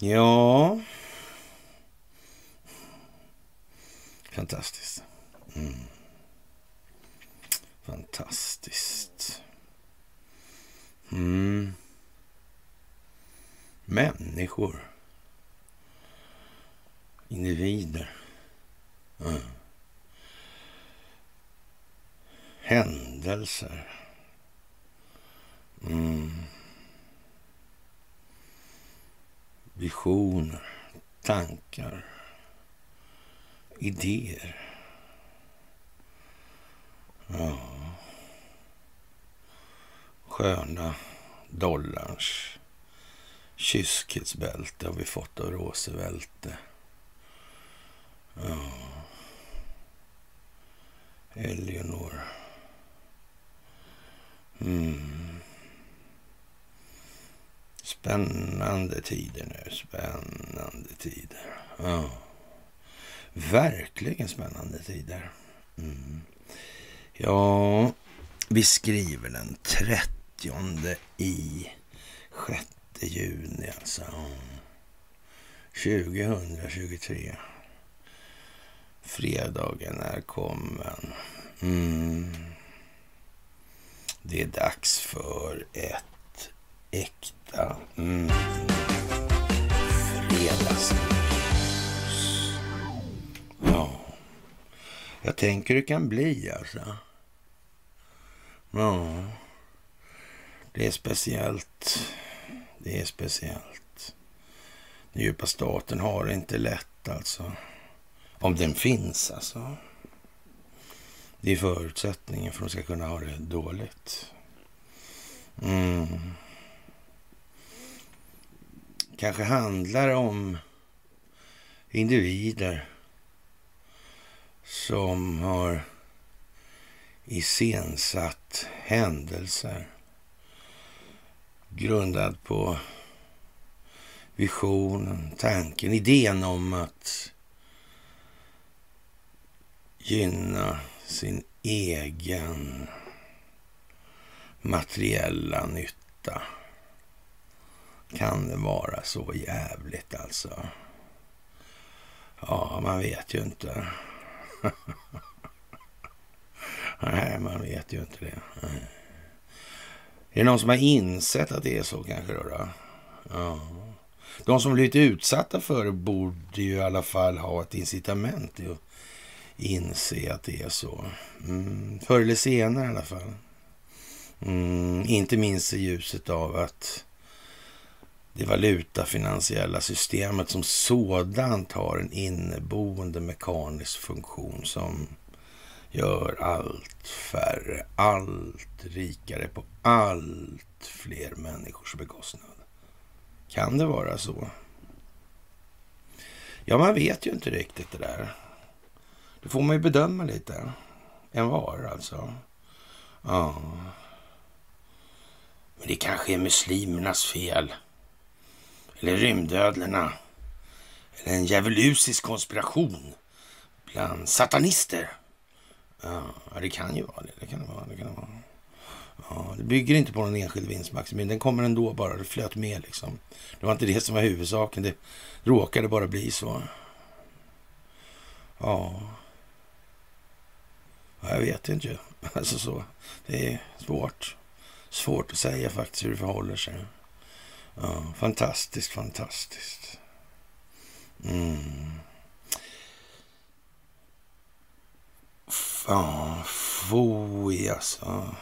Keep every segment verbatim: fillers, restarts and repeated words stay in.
Ja. Fantastiskt. Mm. Fantastiskt. Mm. Människor. Individer. Mm. Händelser. Mm. Visioner. Tankar. Idéer. Ja. Sköna dollarns kyskhetsbälte har vi fått av Roosevelt. Ja. Eleanor. Mm. Spännande tider nu. Spännande tider. Ja. Verkligen spännande tider. Mm. Ja, vi skriver den trettionde i sjätte juni alltså. tjugohundratjugotre. Fredagen är kommen. Mm. Det är dags för ett äkta mm. fredags. Ja. Jag tänker det kan bli alltså. Ja. Det är speciellt. Det är speciellt. Den djupa staten har det inte lätt alltså. Om den finns alltså. Det är förutsättningen för att de ska kunna ha det dåligt. Mm. Kanske handlar det om individer som har iscensatt händelser grundad på visionen, tanken, idén om att gynna sin egen materiella nytta. Kan det vara så jävligt alltså? Ja, man vet ju inte. Nej, man vet ju inte det. Nej. Är det någon som har insett att det är så kanske då? då? Ja. De som blivit utsatta för det borde ju i alla fall ha ett incitament till att inse att det är så. Mm, förr eller senare i alla fall. Mm, inte minst i ljuset av att det valutafinansiella systemet som sådant har en inneboende mekanisk funktion som gör allt färre, allt rikare på allt fler människors bekostnad. Kan det vara så? Ja, man vet ju inte riktigt det där. Det får man ju bedöma lite. En var alltså. Ja. Men det kanske är muslimernas fel. Eller rymdödlorna. Eller en djävulusisk konspiration bland satanister. Ja, det kan ju vara det. Det kan det vara. Det kan det vara. Ja, det bygger inte på någon enskild vinstmaximering. Den kommer ändå bara. Det flöt med liksom. Det var inte det som var huvudsaken. Det råkade bara bli så. Ja. Ja, jag vet inte. Alltså så. Det är svårt. Svårt att säga faktiskt hur det förhåller sig. Ja, fantastiskt, fantastiskt. Mm. Ja, F O I alltså.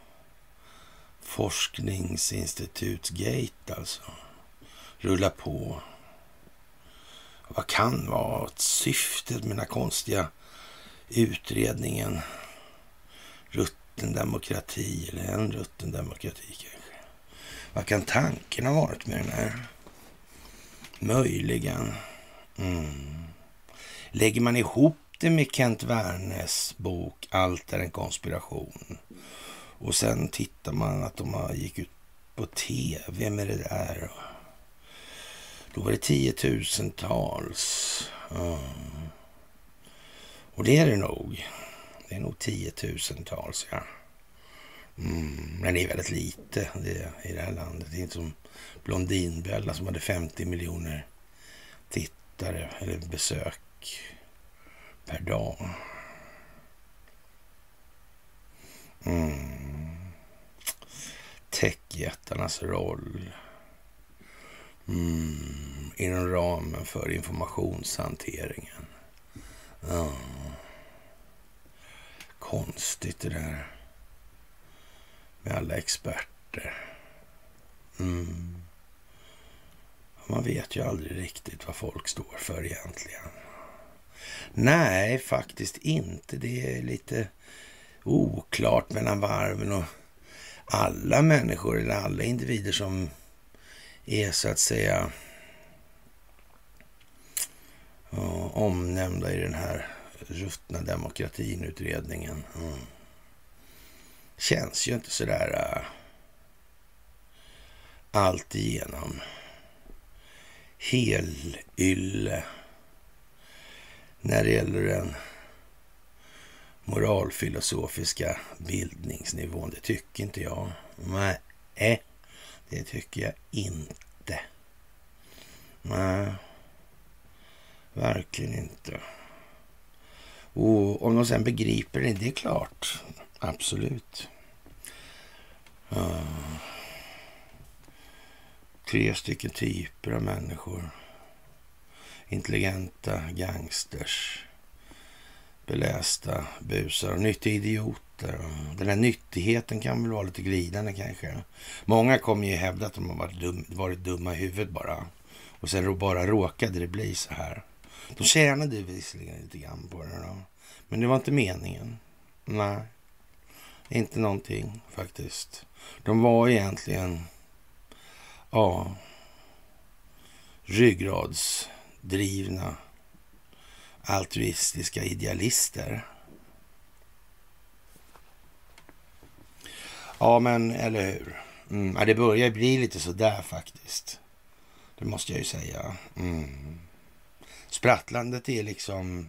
Forskningsinstitutsgate alltså. Rulla på. Vad kan vara syftet med den här konstiga utredningen? Rutten demokrati eller en rutten demokrati kanske. Vad kan tanken ha varit med den här? Möjligen. Mm. Lägger man ihop det med Kent Wernes bok Allt är en konspiration och sen tittar man att de har gick ut på tv med det där. Då var det tiotusentals. Mm. Och det är det nog. Det är nog tiotusentals, ja. Mm, men det är väldigt lite det, i det här landet. Det är inte som Blondinbella som hade femtio miljoner tittare eller besök per dag. Mm. Techjättarnas roll mm. inom ramen för informationshanteringen. Ja. Konstigt det där med alla experter. Mm. Man vet ju aldrig riktigt vad folk står för egentligen. Nej, faktiskt inte. Det är lite oklart mellan varven och alla människor eller alla individer som är så att säga ja, omnämnda i den här ruttna demokratinutredningen. Mm. Känns ju inte så där uh, allt igenom helylle när det gäller den moralfilosofiska bildningsnivån. Det tycker inte jag. Nej, det tycker jag inte. Nej, verkligen inte. Och om de sen begriper det, det är klart. Absolut. Ja. Tre stycken typer av människor. Intelligenta gangsters. Belästa busar och nyttiga idioter. Den här nyttigheten kan väl vara lite glidande kanske. Många kommer ju hävda att de har varit, dum, varit dumma i huvudet bara. Och sen bara råkade det bli så här. De tjänade visserligen lite grann på det då. Men det var inte meningen. Nej. Inte någonting faktiskt. De var egentligen ja, ryggradsdrivna altruistiska idealister. Ja, men eller hur? Mm, ja, det börjar bli lite så där faktiskt. Det måste jag ju säga. Mm. Sprattlandet är liksom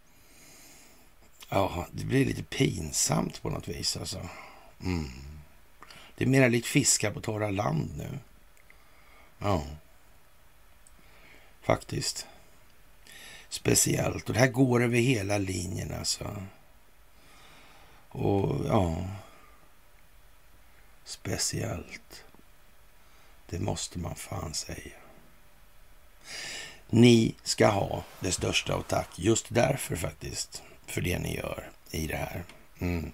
ja, det blir lite pinsamt på något vis alltså. Mm. Det är mer lite fiskar på torra land nu. Ja. Faktiskt. Speciellt. Och det här går över hela linjen alltså. Och ja. Speciellt. Det måste man fan säga. Ni ska ha det största av tack. Just därför faktiskt. För det ni gör i det här. Mm.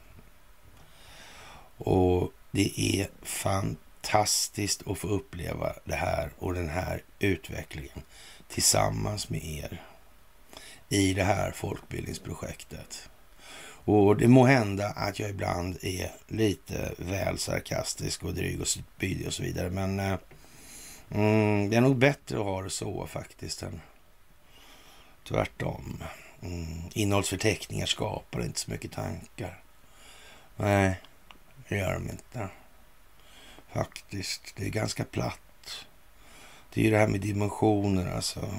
Och det är fantastiskt att få uppleva det här och den här utvecklingen tillsammans med er i det här folkbildningsprojektet. Och det må hända att jag ibland är lite väl sarkastisk och dryg och spydig och så vidare. Men eh, mm, det är nog bättre att ha det så faktiskt än tvärtom. Mm, innehållsförteckningar skapar inte så mycket tankar. Nej, det gör de inte. Faktiskt, det är ganska platt. Det är ju det här med dimensioner alltså.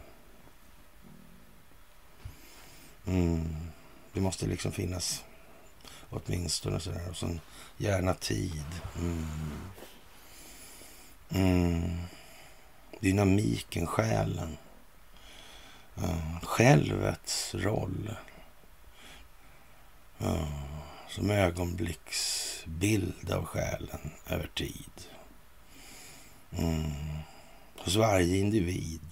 Mm. Det måste liksom finnas åtminstone sådär. Och så gärna tid. Mm. Mm. Dynamiken, själen. Uh, självets roll. Uh, som ögonblicksbild av själen över tid. Mm. Hos varje individ.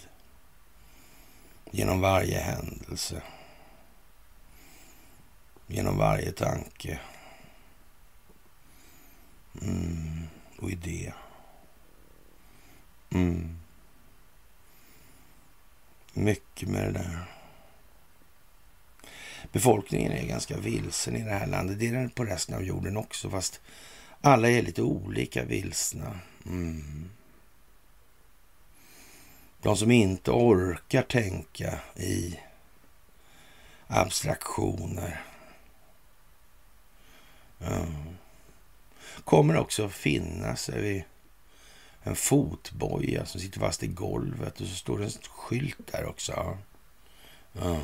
Genom varje händelse. Genom varje tanke. Mm. Och idé. Mm. Mycket med det där. Befolkningen är ganska vilsen i det här landet. Det är den på resten av jorden också. Fast alla är lite olika vilsna. Mm. De som inte orkar tänka i abstraktioner. Ja. Kommer också finnas vid en fotboja som sitter fast i golvet och så står det en skylt där också. Ja.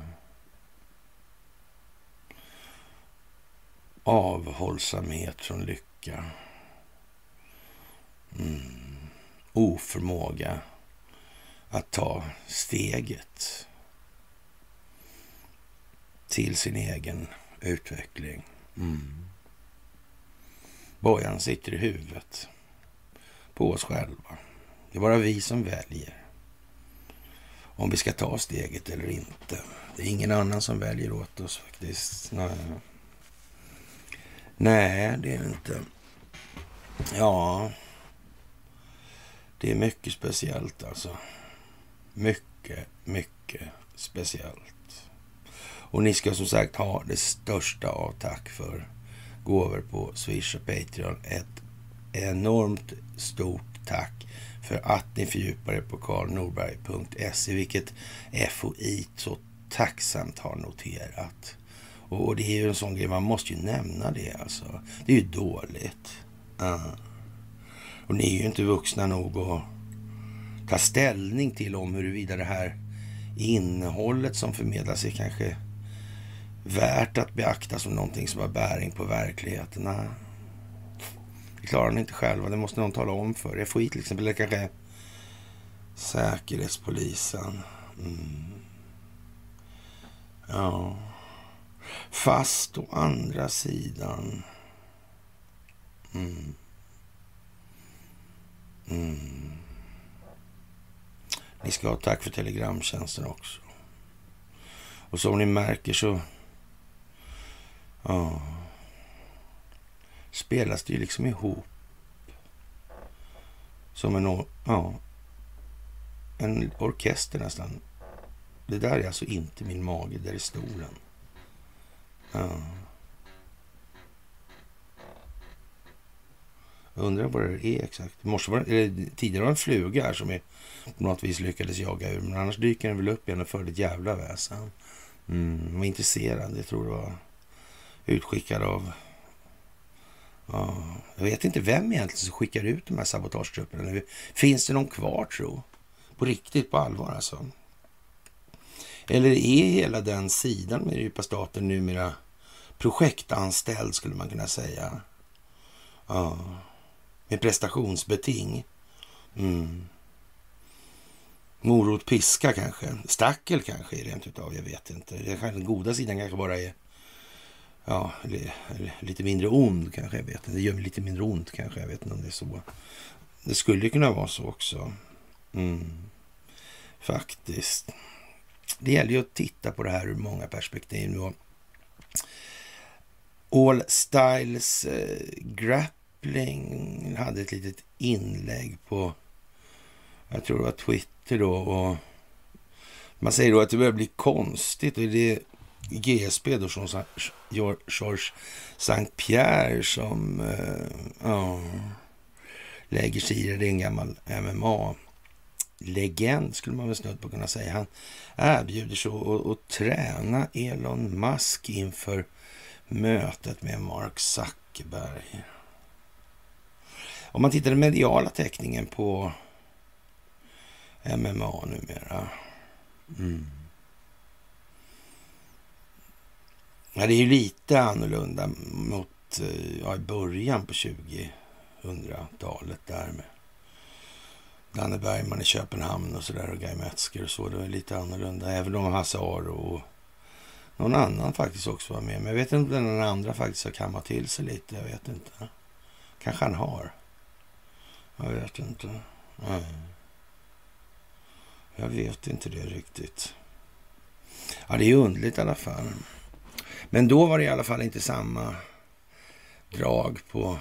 Avhållsamhet från lycka. Mm. Oförmåga att ta steget till sin egen utveckling. Mm. Bojan sitter i huvudet på oss själva. Det är bara vi som väljer om vi ska ta steget eller inte. Det är ingen annan som väljer åt oss faktiskt. Nej, Nej det är det inte. Ja, det är mycket speciellt alltså. Mycket, mycket speciellt. Och ni ska som sagt ha det största av tack för gåvor på Swish och Patreon. Ett enormt stort tack för att ni fördjupar er på karl norberg punkt se, vilket F O I så tacksamt har noterat. Och det är ju en sån grej, man måste ju nämna det alltså. Det är ju dåligt. Uh. Och ni är ju inte vuxna nog att ta ställning till om huruvida det här innehållet som förmedlas är kanske värt att beakta som någonting som har bäring på verkligheten. Nej. Det klarar ni inte själva, det måste någon tala om för. F O I till exempel, eller kanske Säkerhetspolisen. Mm. Ja. Fast å andra sidan. Mm. Mm. Ni ska ha tack för telegramtjänsten också. Och som ni märker så ja, spelas det ju liksom ihop som en, ja, en orkester nästan. Det där är alltså inte min mage, där är stolen. Ja. Jag undrar vad det är exakt. Det måste vara, eller, tidigare var en fluga här som är, på något vis lyckades jaga ur. Men annars dyker den väl upp igen och för ett jävla väsen. Mm, var intresserad. Jag tror det var utskickad av... Ja, jag vet inte vem egentligen som skickar ut de här sabotagetrupperna. Finns det någon kvar, tro? På riktigt, på allvar alltså. Eller är hela den sidan med djupa staten numera projektanställd, skulle man kunna säga. Ja, med prestationsbeting. Mm. Morot, piska kanske. Stackel kanske är rent utav, jag vet inte. Den goda sidan kanske bara är ja, lite mindre ond kanske, jag vet inte. Det gör mig lite mindre ont kanske, jag vet inte om det är så. Det skulle kunna vara så också. Mm. Faktiskt. Det gäller ju att titta på det här ur många perspektiv nu. All Styles eh, Grappling hade ett litet inlägg på, jag tror det var Twitter då, och man säger då att det börjar bli konstigt, och det är G S P då, som George Saint Pierre som eh, ja, lägger sig i det. Det är en gammal M M A-legend skulle man väl snudd på kunna säga. Han erbjuder sig att, att träna Elon Musk inför mötet med Mark Zuckerberg. Om man tittar den mediala täckningen på M M A numera. Mm. Ja, det är ju lite annorlunda mot ja, i början på tjugohundratalet där med Danne Bergman i Köpenhamn och sådär, och Guy Metzger och så. Det var lite annorlunda. Även om Hasse Aro och någon annan faktiskt också var med. Men jag vet inte om den andra faktiskt har kammat till sig lite. Jag vet inte. Kanske han har. Jag vet inte. Nej. Jag vet inte det riktigt. Ja, det är ju underligt i alla fall. Men då var det i alla fall inte samma drag på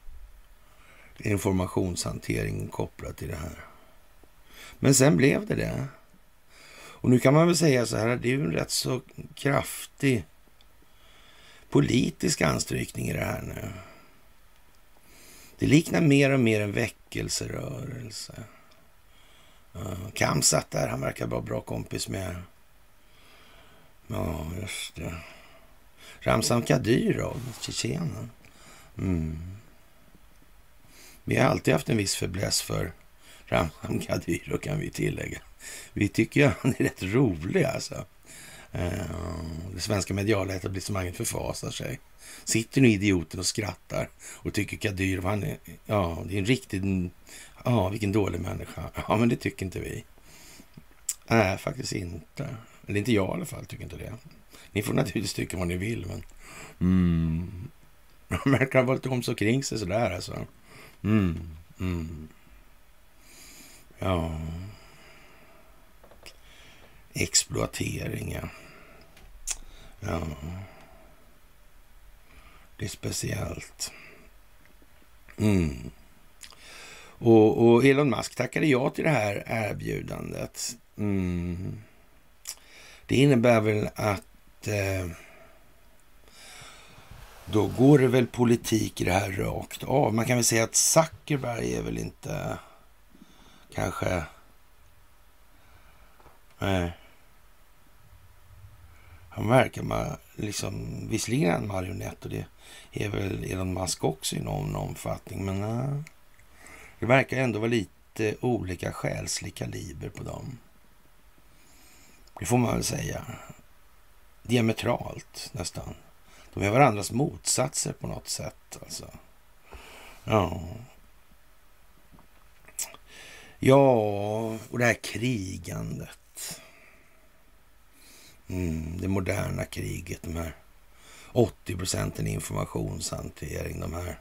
informationshantering kopplat till det här. Men sen blev det det. Och nu kan man väl säga så här, det är ju en rätt så kraftig politisk anstrykning i det här nu. Det liknar mer och mer en väckelserörelse. Uh, Kam satt där, han verkar vara bra kompis med, ja just det, Ramzan Kadyrov, Tjetjenien. Mm. Vi har alltid haft en viss fäbless för Ramzan Kadyrov, kan vi tillägga. Vi tycker ju han är rätt rolig alltså. Det svenska mediala etablissemanget förfasar sig. Sitter nu idioten och skrattar och tycker Kadyrov, han är, ja, det är en riktig, ja, vilken dålig människa. Ja, men det tycker inte vi. Nej, faktiskt inte. Eller inte jag i alla fall, tycker inte det. Ni får naturligtvis tycka vad ni vill, men... Mm. De verkar ha varit om så kring sig sådär, alltså. Mm. Mm. Ja. Exploatering, ja. Ja. Det är speciellt. Mm. Och, och Elon Musk tackade ja till det här erbjudandet. Mm. Det innebär väl att eh, då går det väl politik i det här rakt av. Man kan väl säga att Zuckerberg är väl inte kanske... Nej. Han verkar man liksom, visserligen en marionett, och det är väl Elon Musk också i någon omfattning, men nej, det verkar ändå vara lite olika själslig kaliber på dem. Det får man väl säga. Diametralt nästan. De är varandras motsatser på något sätt, alltså. Ja. Ja, och det här krigandet. Mm, det moderna kriget, de här åttio procenten informationshantering, de här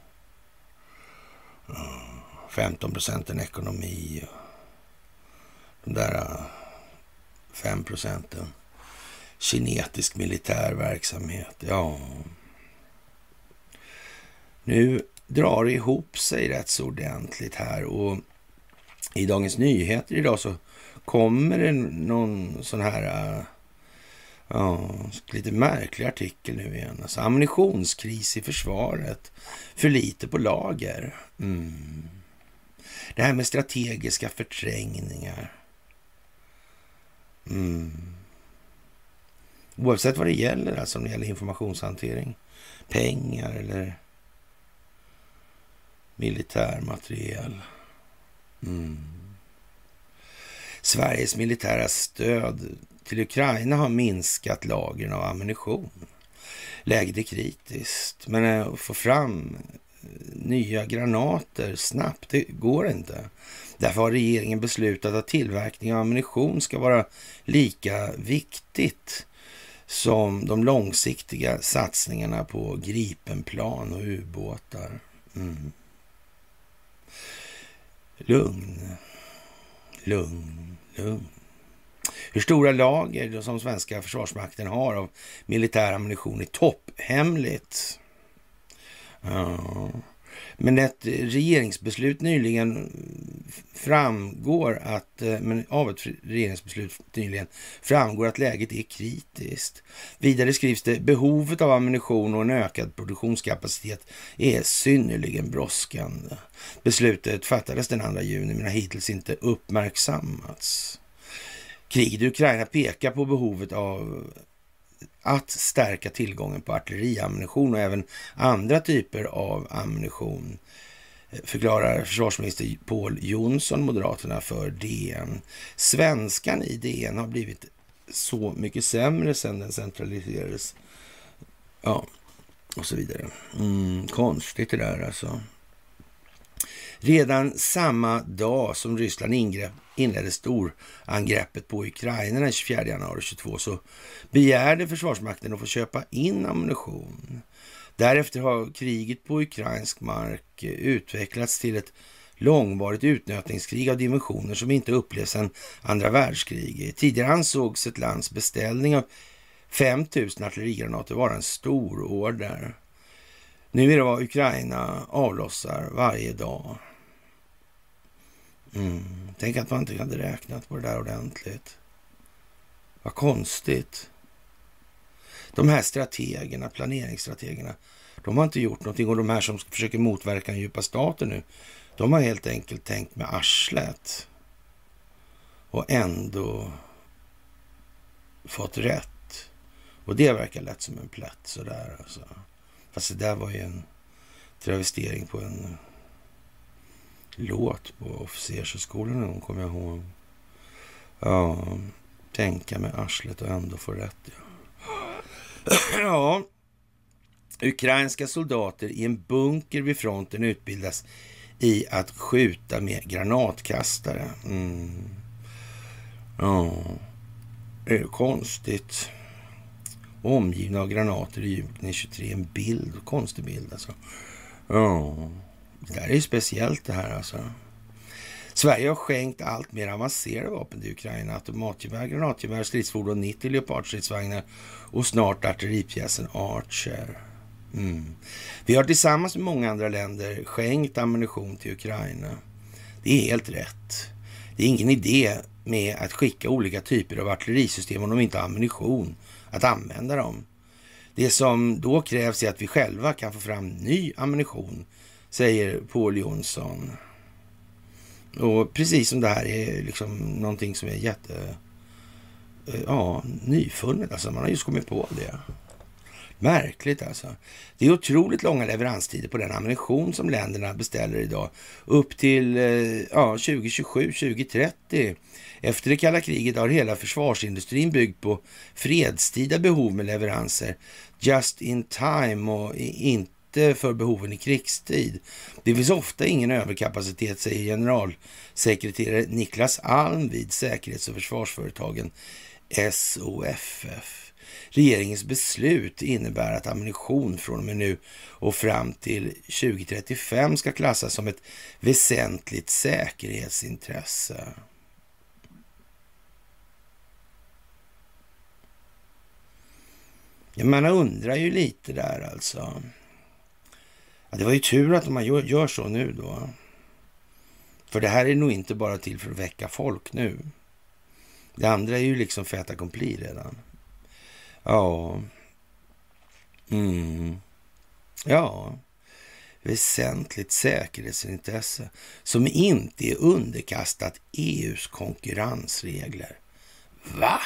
femton procenten ekonomi, de där fem procenten kinetisk militär verksamhet. Ja, nu drar det ihop sig rätt så ordentligt här, och i Dagens Nyheter idag så kommer det någon sån här ja, lite märklig artikel nu igen. Alltså, ammunitionskris i försvaret. För lite på lager. Mm. Det här med strategiska förträngningar. Mm. Oavsett vad det gäller, alltså om det gäller informationshantering, pengar eller militär materiel. Mm. Sveriges militära stöd till Ukraina har minskat lagren av ammunition. Läget är kritiskt, men att få fram nya granater snabbt, det går inte. Därför har regeringen beslutat att tillverkning av ammunition ska vara lika viktigt som de långsiktiga satsningarna på Gripenplan och ubåtar. Mm. Lugn, lugn, lugn. Hur stora lager som svenska försvarsmakten har av militär ammunition är topphemligt. Ja. Men ett regeringsbeslut nyligen framgår att men av ett regeringsbeslut nyligen framgår att läget är kritiskt. Vidare skrivs det: behovet av ammunition och en ökad produktionskapacitet är synnerligen brådskande. Beslutet fattades den andra juni men har hittills inte uppmärksammats. Kriget i Ukraina pekar på behovet av att stärka tillgången på artilleriammunition och även andra typer av ammunition, förklarar försvarsminister Pål Jonsson, Moderaterna, för D N. Svenskan i D N har blivit så mycket sämre sedan den centraliserades. Ja, och så vidare. Mm, konstigt det där alltså. Redan samma dag som Ryssland ingrepp, inledde storangreppet på Ukraina den tjugofjärde januari tjugotvå så begärde Försvarsmakten att få köpa in ammunition. Därefter har kriget på ukrainsk mark utvecklats till ett långvarigt utnötningskrig av dimensioner som inte upplevs sedan andra världskriget. Tidigare ansågs ett lands beställning av fem tusen artillerigranater vara en stor order. Nu är det vad Ukraina avlossar varje dag. Mm. Tänk att man inte hade räknat på det där ordentligt. Vad konstigt. De här strategerna, planeringsstrategerna, de har inte gjort någonting, och de här som försöker motverka den djupa staten nu, de har helt enkelt tänkt med arslet och ändå fått rätt. Och det verkar lätt som en plätt sådär alltså. Fast det där var ju en travestering på en låt på officershögskolan någon, kommer jag ihåg. Ja, tänka med arslet och ändå få rätt. Ja. Ja, ukrainska soldater i en bunker vid fronten utbildas i att skjuta med granatkastare. Mm. Ja, det är konstigt. Omgivna av granater i juli tjugotre. En bild, konstig bild alltså. Ja, det där är ju speciellt det här alltså. Sverige har skänkt allt mer avancerade vapen till Ukraina. Automatgevär, granatgevär, stridsfordon, nittio leopardstridsvagnar och snart artilleripjäsen Archer. Mm. Vi har tillsammans med många andra länder skänkt ammunition till Ukraina. Det är helt rätt. Det är ingen idé med att skicka olika typer av artillerisystem om de inte har ammunition att använda dem. Det som då krävs är att vi själva kan få fram ny ammunition, säger Paul Jonsson. Och precis som det här är liksom någonting som är jätte ja, nyfunnet. Alltså man har just kommit på det. Märkligt alltså. Det är otroligt långa leveranstider på den ammunition som länderna beställer idag. Upp till ja, tjugo tjugosju tjugo trettio. Efter det kalla kriget har hela försvarsindustrin byggt på fredstida behov med leveranser. Just in time och inte för behoven i krigstid. Det finns ofta ingen överkapacitet, säger generalsekreterare Niklas Alm vid säkerhets- och försvarsföretagen S O F F. Regeringens beslut innebär att ammunition från och med nu och fram till tjugo trettiofem ska klassas som ett väsentligt säkerhetsintresse. Ja, man undrar ju lite där alltså. Ja, det var ju tur att man gör, gör så nu då. För det här är nog inte bara till för att väcka folk nu. Det andra är ju liksom fait accompli redan. Ja. Mm. Ja. Väsentligt säkerhetsintresse som inte är underkastat E U:s konkurrensregler. Va?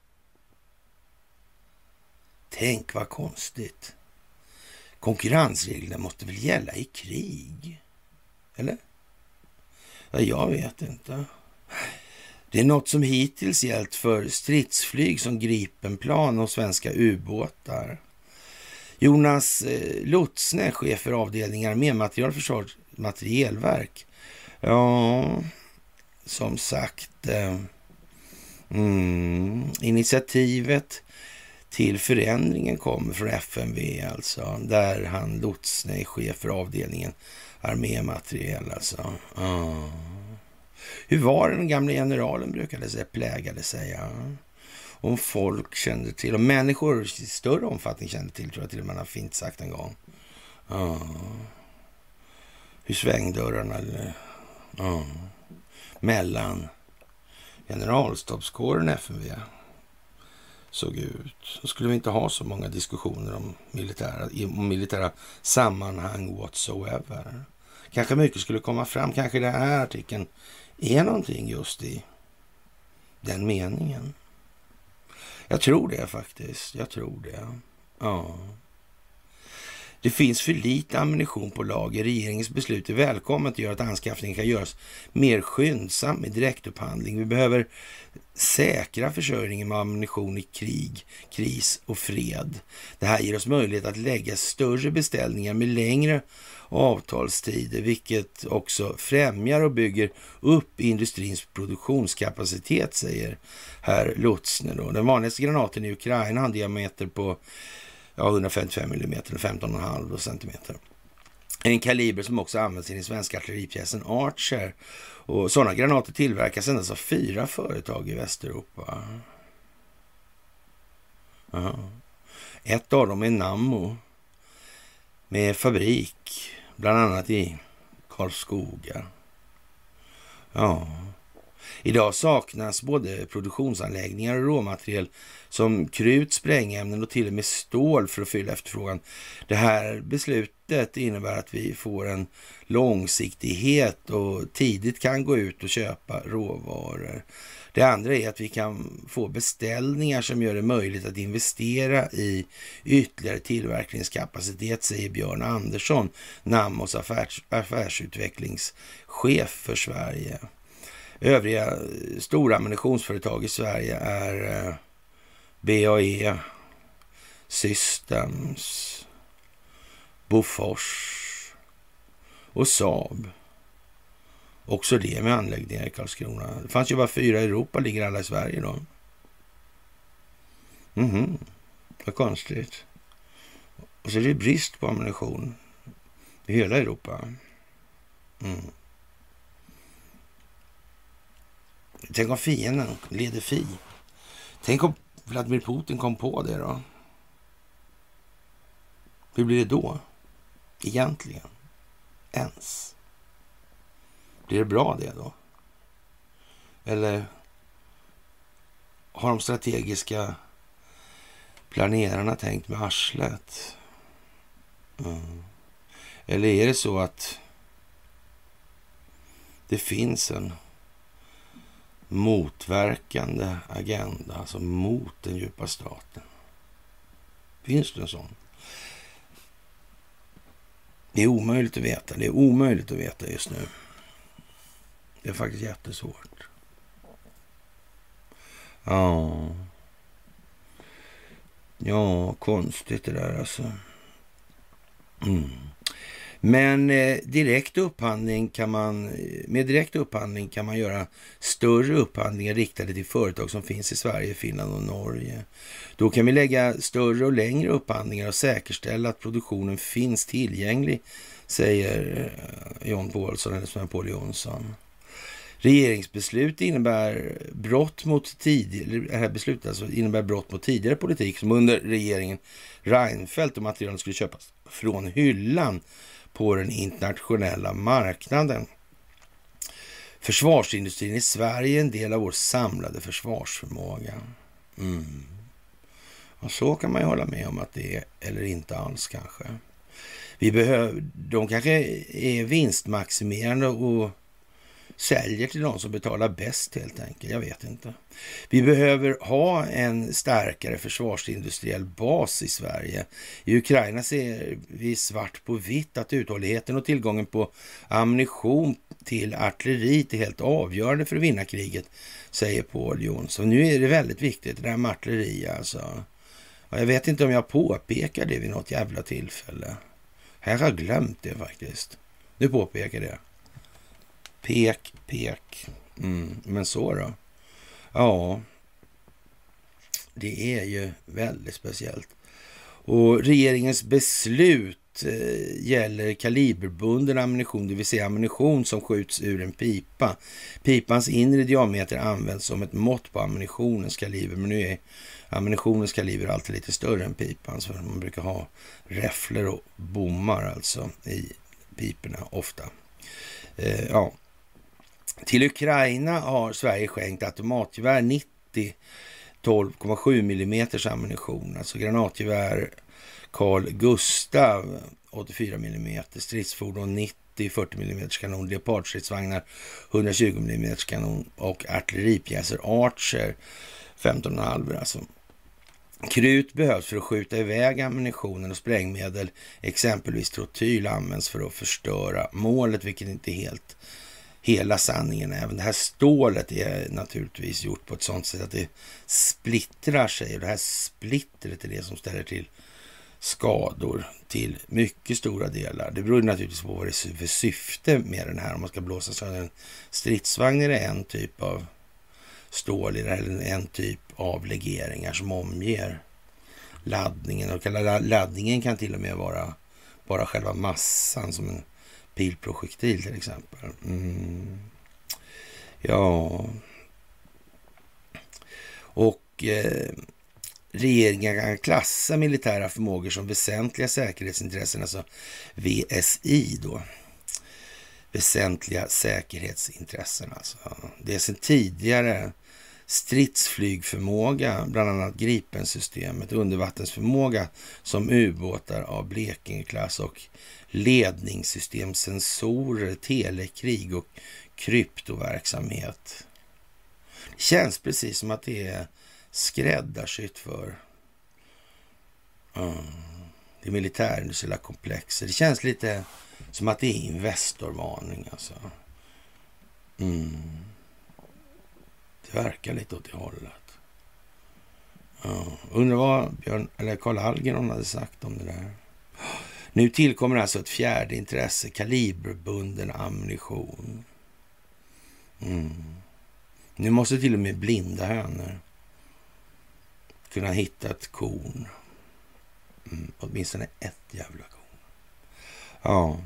Tänk vad konstigt. Konkurrensreglerna måste väl gälla i krig? Eller? Ja, jag vet inte. Det är något som hittills gällt för stridsflyg som Gripenplan och svenska ubåtar. Jonas eh, Lutzne, chef för avdelningar med material försvarsmaterielverk. Ja, som sagt, eh, mm, initiativet till förändringen kommer från F M V alltså, där han Lutzne är chef för avdelningen armémateriel alltså. Ja. Hur var den gamla generalen brukade säga, plägade säga. Om folk kände till, och människor i större omfattning kände till, tror jag till och med man har fint sagt en gång. Ja. Hur svängdörrarna eller, ja, mellan generalstabskåren F M V såg ut. Så skulle vi inte ha så många diskussioner om militära, om militära sammanhang whatsoever. Kanske mycket skulle komma fram. Kanske den här artikeln är någonting just i den meningen. Jag tror det faktiskt. Jag tror det. Ja. Det finns för lite ammunition på lager. Regeringens beslut är välkommet att göra att anskaffningen kan göras mer skyndsam med direktupphandling. Vi behöver säkra försörjningen med ammunition i krig, kris och fred. Det här ger oss möjlighet att lägga större beställningar med längre avtalstider, vilket också främjar och bygger upp industrins produktionskapacitet, säger herr Lutzne då. Den vanligaste granaten i Ukraina har en diameter på ja, hundrafemtiofem millimeter och femton komma fem centimeter. En kaliber som också används i den svenska artilleripjäsen Archer. Och sådana granater tillverkas endast av fyra företag i Västeuropa. Aha. Ett av dem är Nammo med fabrik bland annat i Karlskoga. Ja. Idag saknas både produktionsanläggningar och råmaterial som krut, sprängämnen och till och med stål för att fylla efterfrågan. Det här beslutet innebär att vi får en långsiktighet och tidigt kan gå ut och köpa råvaror. Det andra är att vi kan få beställningar som gör det möjligt att investera i ytterligare tillverkningskapacitet, säger Björn Andersson, Nammos affärs, affärsutvecklingschef för Sverige. Övriga stora ammunitionsföretag i Sverige är B A E, Systems, Bofors och Saab. Också det med anläggningar i Karlskrona. Det fanns ju bara fyra i Europa, ligger alla i Sverige då. Mhm, vad konstigt. Och så är det brist på ammunition i hela Europa. Mm. Tänk om fienden leder fi. Tänk om Vladimir Putin kom på det då. Hur blir det då? Egentligen. Ens. Blir det bra det då? Eller har de strategiska planerarna tänkt med arslet? Mm. Eller är det så att det finns en motverkande agenda, alltså mot den djupa staten? Finns det en sån? Det är omöjligt att veta. Det är omöjligt att veta just nu. Det är faktiskt jättesvårt. Ja. Ja, konstigt det där alltså. Mm. Men eh, direkt upphandling kan man, med direkt upphandling kan man göra större upphandlingar riktade till företag som finns i Sverige, Finland och Norge. Då kan vi lägga större och längre upphandlingar och säkerställa att produktionen finns tillgänglig, säger eh, John Paulsson eller som är Paul Jonsson. Regeringsbeslut innebär brott mot tidigare, det här beslutet alltså innebär brott mot tidigare politik som under regeringen Reinfeldt och materialen skulle köpas från hyllan på den internationella marknaden. Försvarsindustrin i Sverige är en del av vår samlade försvarsförmåga. Mm. Och så kan man ju hålla med om att det är, eller inte alls kanske. Vi behöver, de kanske är vinstmaximerande och säljer till de som betalar bäst helt enkelt. Jag vet inte. Vi behöver ha en starkare försvarsindustriell bas i Sverige. I Ukraina ser vi svart på vitt att uthålligheten och tillgången på ammunition till artilleriet är helt avgörande för att vinna kriget, säger Paul Jonsson. Nu är det väldigt viktigt det här med artilleri alltså. Och jag vet inte om jag påpekar det vid något jävla tillfälle. Här har jag glömt det faktiskt. Nu påpekar det. Pek, pek. Mm, men så då? Ja, det är ju väldigt speciellt. Och regeringens beslut eh, gäller kaliberbunden ammunition, det vill säga ammunition som skjuts ur en pipa. Pipans inre diameter används som ett mått på ammunitionens kaliber, men nu är ammunitionens kaliber alltid lite större än pipans, för man brukar ha räfflor och bommar alltså i piporna ofta. Eh, ja. Till Ukraina har Sverige skänkt automatgevär nittio tolv komma sju millimeters ammunition, alltså granatgevär Carl Gustav åttiofyra millimeter, stridsfordon nittio fyrtio millimeters kanon, leopardstridsvagnar hundratjugo millimeters kanon och artilleripjäser Archer femton komma fem alltså. Krut behövs för att skjuta iväg ammunitionen och sprängmedel, exempelvis trotyl, används för att förstöra målet, vilket inte är helt hela sanningen. Även det här stålet är naturligtvis gjort på ett sånt sätt att det splittrar sig, och det här splittret är det som ställer till skador till mycket stora delar. Det beror naturligtvis på vad det är för syfte med den här. Om man ska blåsa sönder en stridsvagn är det en typ av stål i det, eller en typ av legeringar som omger laddningen, och laddningen kan till och med vara bara själva massan, som en pilprojektil till exempel. Mm. Ja. Och eh, regeringen kan klassa militära förmågor som väsentliga säkerhetsintressen, alltså V S I då. Väsentliga säkerhetsintressen alltså. Det är sedan tidigare stridsflygförmåga, bland annat Gripensystemet, undervattensförmåga som ubåtar av Blekingeklass och ledningssystem, sensorer, telekrig och kryptoverksamhet. Det känns precis som att det är skräddarsytt för mm, det militärindustriella komplexet. Det känns lite som att det är investorvarning alltså. Mm. Det verkar lite åt det hållet. Ja. Undrar vad Björn, eller Karl Hallgren hade sagt om det där. Nu tillkommer alltså ett fjärde intresse, kaliberbunden ammunition. Mm. Nu måste till och med blinda hönor kunna hitta ett korn. Mm. Åtminstone ett jävla korn. Ja.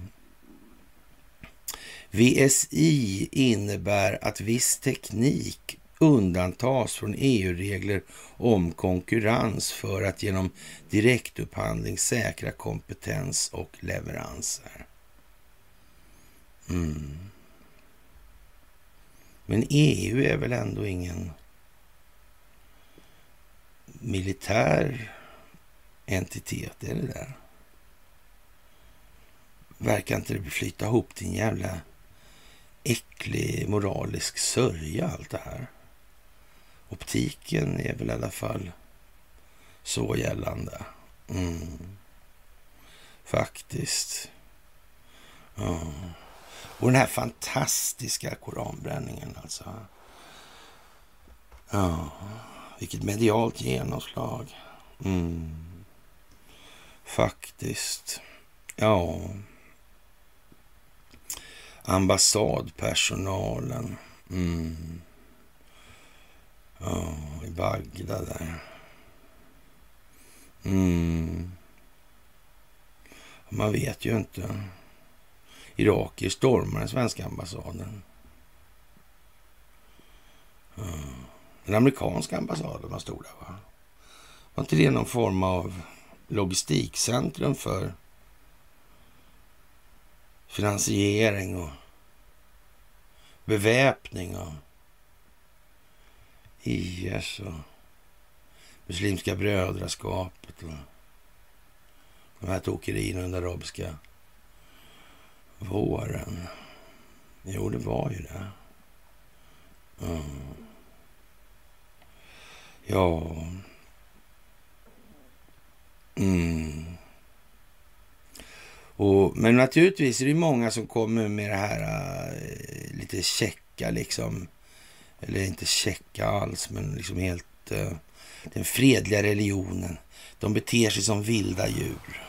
V S I innebär att viss teknik undantas från E U-regler om konkurrens för att genom direktupphandling säkra kompetens och leveranser. Mm. Men E U är väl ändå ingen militär entitet, är det där? Verkar inte det flyta ihop till en jävla äcklig moralisk sörja allt det här? Optiken är väl i alla fall så gällande. Mm. Faktiskt. Ja. Och den här fantastiska koranbränningen alltså. Ja, vilket medialt genomslag. Mm. Faktiskt. Ja. Ambassadpersonalen. Mm. Ja, i Bagdad där. Mm. Man vet ju inte. Irakier stormar den svenska ambassaden. Ja. Den amerikanska ambassaden var stora, va? Var inte det någon form av logistikcentrum för finansiering och beväpning av I S och Muslimska brödraskapet och de här tokerierna under arabiska våren? Jo, det var ju det. Mm. Ja. Mm. Och, men naturligtvis är det många som kommer med det här äh, lite checka liksom. Eller inte checka alls, men liksom helt äh, den fredliga religionen. De beter sig som vilda djur.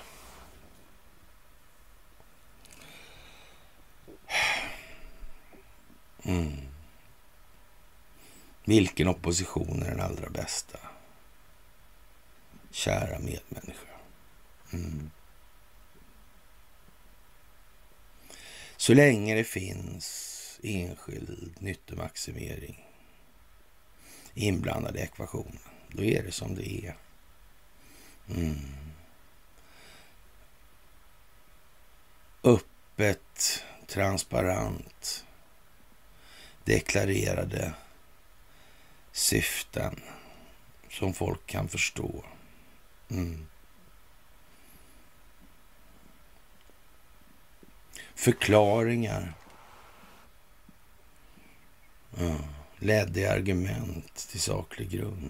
Mm. Vilken opposition är den allra bästa? Kära medmänniska. Mm. Så länge det finns enskild nyttomaximering inblandad i ekvationen, då är det som det är. Mm. Öppet, transparent, deklarerade syften som folk kan förstå. Mm. Förklaringar. Ja. Ledde argument till saklig grund.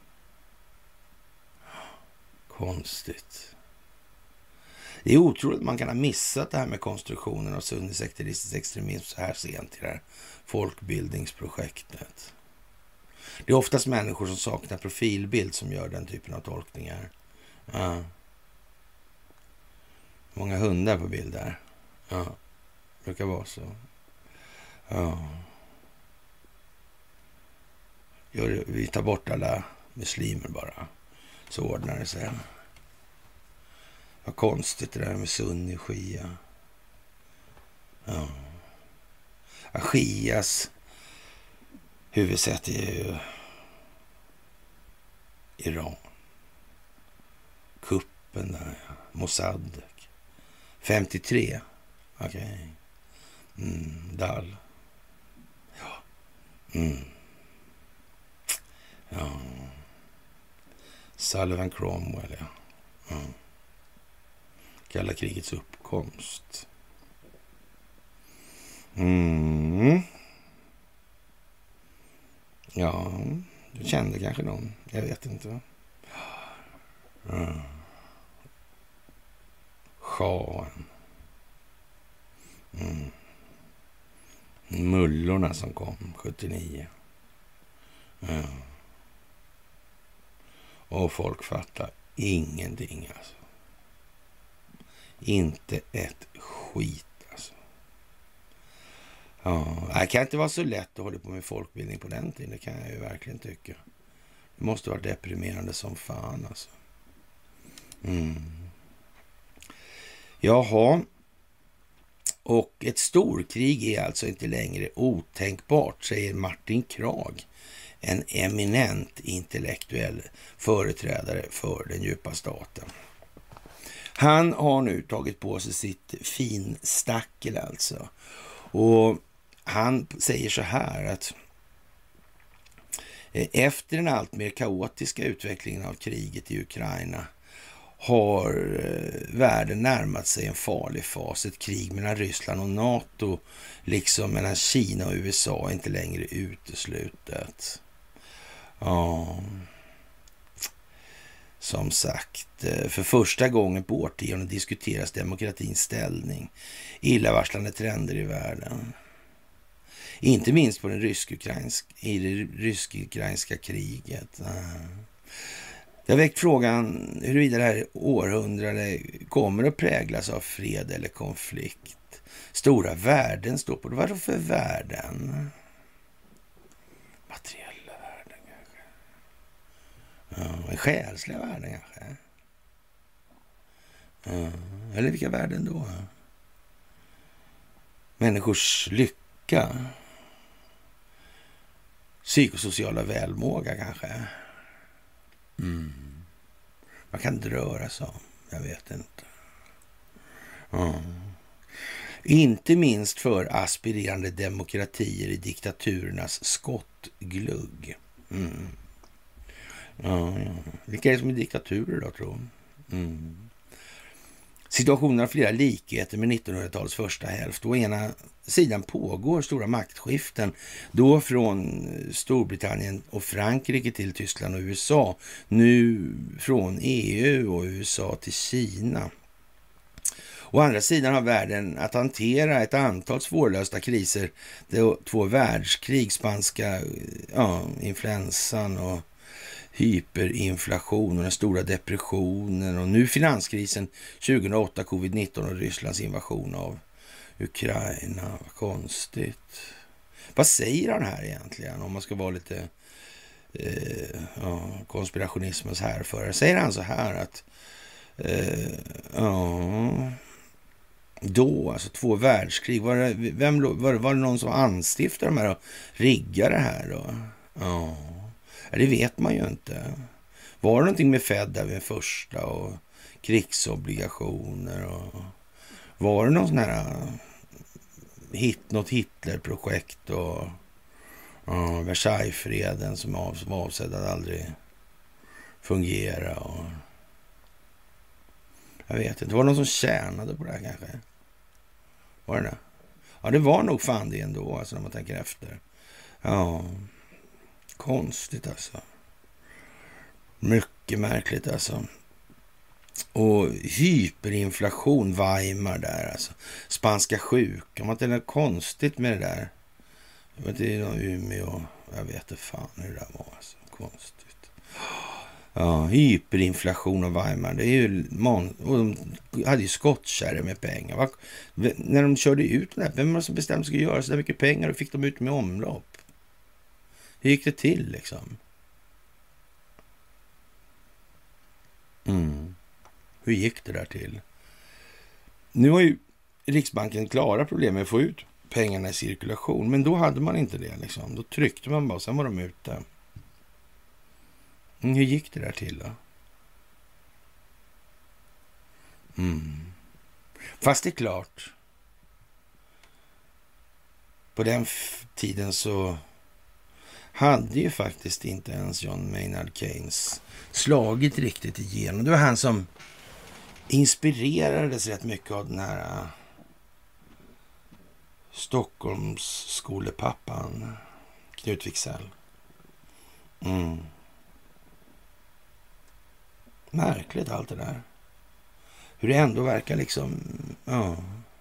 Konstigt. Det är otroligt att man kan ha missat det här med konstruktionen av sunnisekteristisk extremism så här sent i det här folkbildningsprojektet. Det är oftast människor som saknar profilbild som gör den typen av tolkningar. Ja. Många hundar på bild där. Ja, det brukar vara så. Ja. Vi tar bort alla muslimer bara. Så ordnar det sig. Vad konstigt det där med sunni och shia. Ja. Shias huvudsätt är ju Iran. Kuppen där. Mossadegh. femtiotre. Okej. Okay. Mm, Dal. Ja. Mm. Ja. Sullivan Cromwell, ja. ja. Kalla krigets uppkomst. Mm. Ja, du kände kanske någon. Jag vet inte. Mm. Schaen. Mm. Mullorna som kom sjuttionio. Ja. Och folk fattar ingenting alltså. Inte ett skit alltså. Ja, det kan inte vara så lätt att hålla på med folkbildning på den tiden. Det kan jag ju verkligen tycka. Det måste vara deprimerande som fan alltså. Mm. Jaha. Och ett storkrig är alltså inte längre otänkbart, säger Martin Krag. En eminent intellektuell företrädare för den djupa staten. Han har nu tagit på sig sitt finstackel alltså. Och han säger så här att efter den allt mer kaotiska utvecklingen av kriget i Ukraina har världen närmat sig en farlig fas. Ett krig mellan Ryssland och NATO, liksom mellan Kina och U S A, är inte längre uteslutet. Ja, som sagt, för första gången på årtionden diskuteras demokratins ställning. Illavarslande trender i världen. Inte minst på den rysk-ukrainska, i det rysk-ukrainska kriget. Det har väckt frågan huruvida det här århundradet kommer att präglas av fred eller konflikt. Stora värden står på det. Vad är det för värden? Materiella värden kanske. Ja, själsliga värden kanske. Ja, eller vilka värden då? Människors lycka. Psykosociala välmåga kanske. Mm. Man kan det röra sig om. Jag vet inte. Mm. Inte minst för aspirerande demokratier i diktaturernas skottglugg. Mm. Ja, ja. Vilka är det som är diktaturer då, tror jag? Mm. Situationen har flera likheter med nittonhundratalets första hälft. Å ena sidan pågår stora maktskiften, då från Storbritannien och Frankrike till Tyskland och U S A, nu från E U och U S A till Kina. Å andra sidan har världen att hantera ett antal svårlösta kriser, två världskrig, spanska ja, influensan och hyperinflation och den stora depressionen och nu finanskrisen tjugohundraåtta, covid nitton och Rysslands invasion av Ukraina. Vad konstigt. Vad säger han här egentligen om man ska vara lite eh, ja, konspirationismens härförare? Säger han så här att eh, ja, då, alltså två världskrig, var det, vem, var, var det någon som anstiftade de här och riggade det här då? Ja. Ja, det vet man ju inte. Var det någonting med Fed där vid den första och krigsobligationer och var det någon sån här hit, något Hitlerprojekt och ja, Versaillesfreden som av, som var avsedd att aldrig fungera och jag vet inte. Var det någon som tjänade på det här kanske? Var det det? Ja, det var nog fan det ändå, alltså när man tänker efter. Ja, konstigt alltså. Mycket märkligt alltså. Och hyperinflation, Weimar där alltså. Spanska sjukan, man inte något konstigt med det där. Jag vet inte, någon Umeå, jag vet inte fan hur det där var alltså. Konstigt. Ja, hyperinflation och Weimar, det är ju man, och de hade ju skottkärror med pengar. Va? När de körde ut den där, vem var det som bestämde sig att göra så där mycket pengar och fick de ut med omlopp? Hur gick det till liksom? Mm. Hur gick det där till? Nu har ju Riksbanken klara problem med att få ut pengarna i cirkulation. Men då hade man inte det liksom. Då tryckte man bara och sen var de ute. Mm, hur gick det där till då? Mm. Fast det är klart. På den f- tiden så hade ju faktiskt inte ens John Maynard Keynes slagit riktigt igenom. Det var han som inspirerades rätt mycket av den här uh, Stockholms skolepappan Knut Wicksell. Mm. Märkligt allt det där. Hur det ändå verkar liksom ja,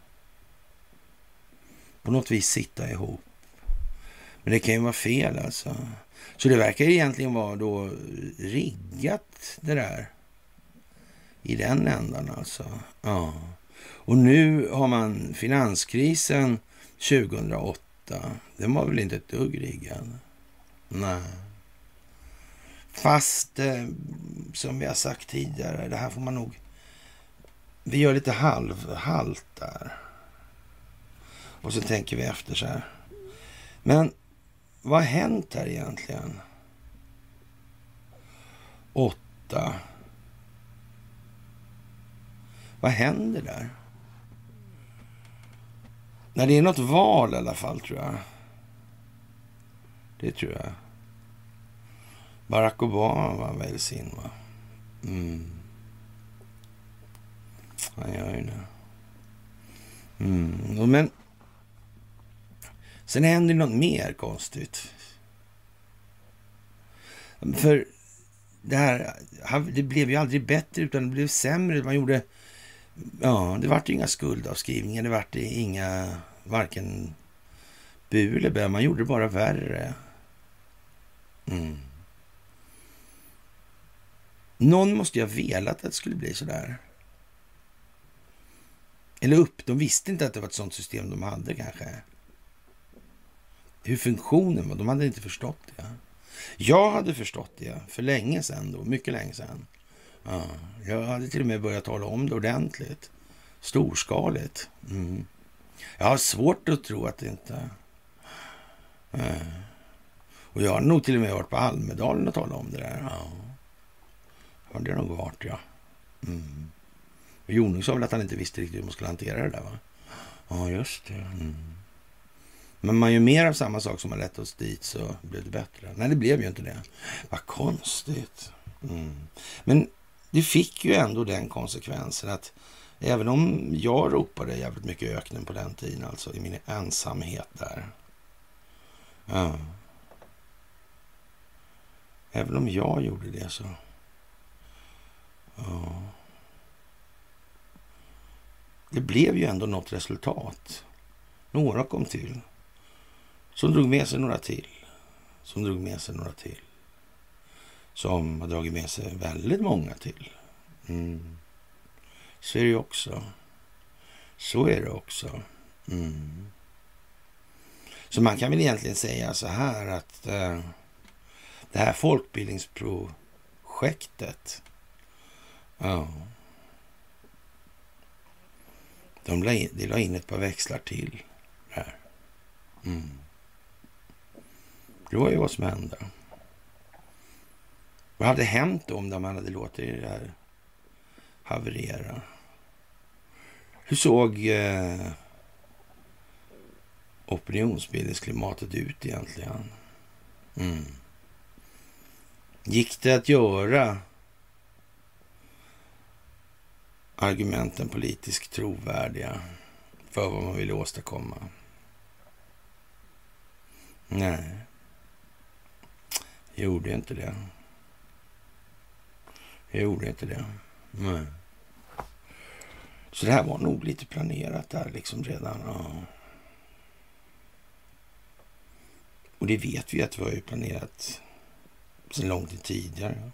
på något vis sitta ihop. Men det kan ju vara fel alltså. Så det verkar egentligen vara då riggat det där. I den ändan alltså. Ja. Och nu har man finanskrisen tjugohundraåtta. åtta, den var väl inte ett dugg riggad. Nej. Fast eh, som vi har sagt tidigare, det här får man nog... Vi gör lite halvhalt där. Och så tänker vi efter så här. Men vad har hänt här egentligen? Åtta. Vad händer där? När det är något val i alla fall, tror jag. Det tror jag. Barack Obama väljs in, va? Mm. Han gör ju det. Mm. Men sen händer något mer konstigt. För det här, det blev ju aldrig bättre utan det blev sämre. Man gjorde, ja, det vart inga skuldavskrivningar, det vart inga, varken bu eller bä, man gjorde det bara värre. Mm. Någon måste ju ha velat att det skulle bli så där. Eller upp, de visste inte att det var ett sånt system de hade kanske. Hur funktionen var, de hade inte förstått det. Jag hade förstått det för länge sedan då, mycket länge sedan. Ja, jag hade till och med börjat tala om det ordentligt. Storskaligt. Mm. Jag har svårt att tro att det inte... Ja. Och jag har nog till och med varit på Almedalen och talat om det där. Ja, ja det har nog varit, ja. Mm. Och Jonung sa väl att han inte visste riktigt hur man skulle hantera det där, va? Ja, just det. Mm. Men man gör mer av samma sak som har lett oss dit så blev det bättre. Nej, det blev ju inte det. Vad konstigt. Mm. Men det fick ju ändå den konsekvensen att även om jag ropade jävligt mycket öknen på den tiden, alltså i min ensamhet där. Ja. Även om jag gjorde det så... Ja. Det blev ju ändå något resultat. Några kom till. Som drog med sig några till. Som drog med sig några till. Som har dragit med sig väldigt många till. Mm. Så är det ju också. Så är det också. Mm. Så man kan väl egentligen säga så här att eh, det här folkbildningsprojektet, ja, de la in, de la in ett par växlar till här. Mm. Det var ju vad som hände. Vad hade hänt om de hade låtit det här haverera? Hur såg eh, opinionsbildningsklimatet ut egentligen? Mm. Gick det att göra argumenten politiskt trovärdiga för vad man ville åstadkomma? Nej, jag gjorde inte det. Jag gjorde inte det. Nej. Så det här var nog lite planerat där liksom redan. Ja. Och det vet vi att det var ju planerat sedan långt tid tidigare.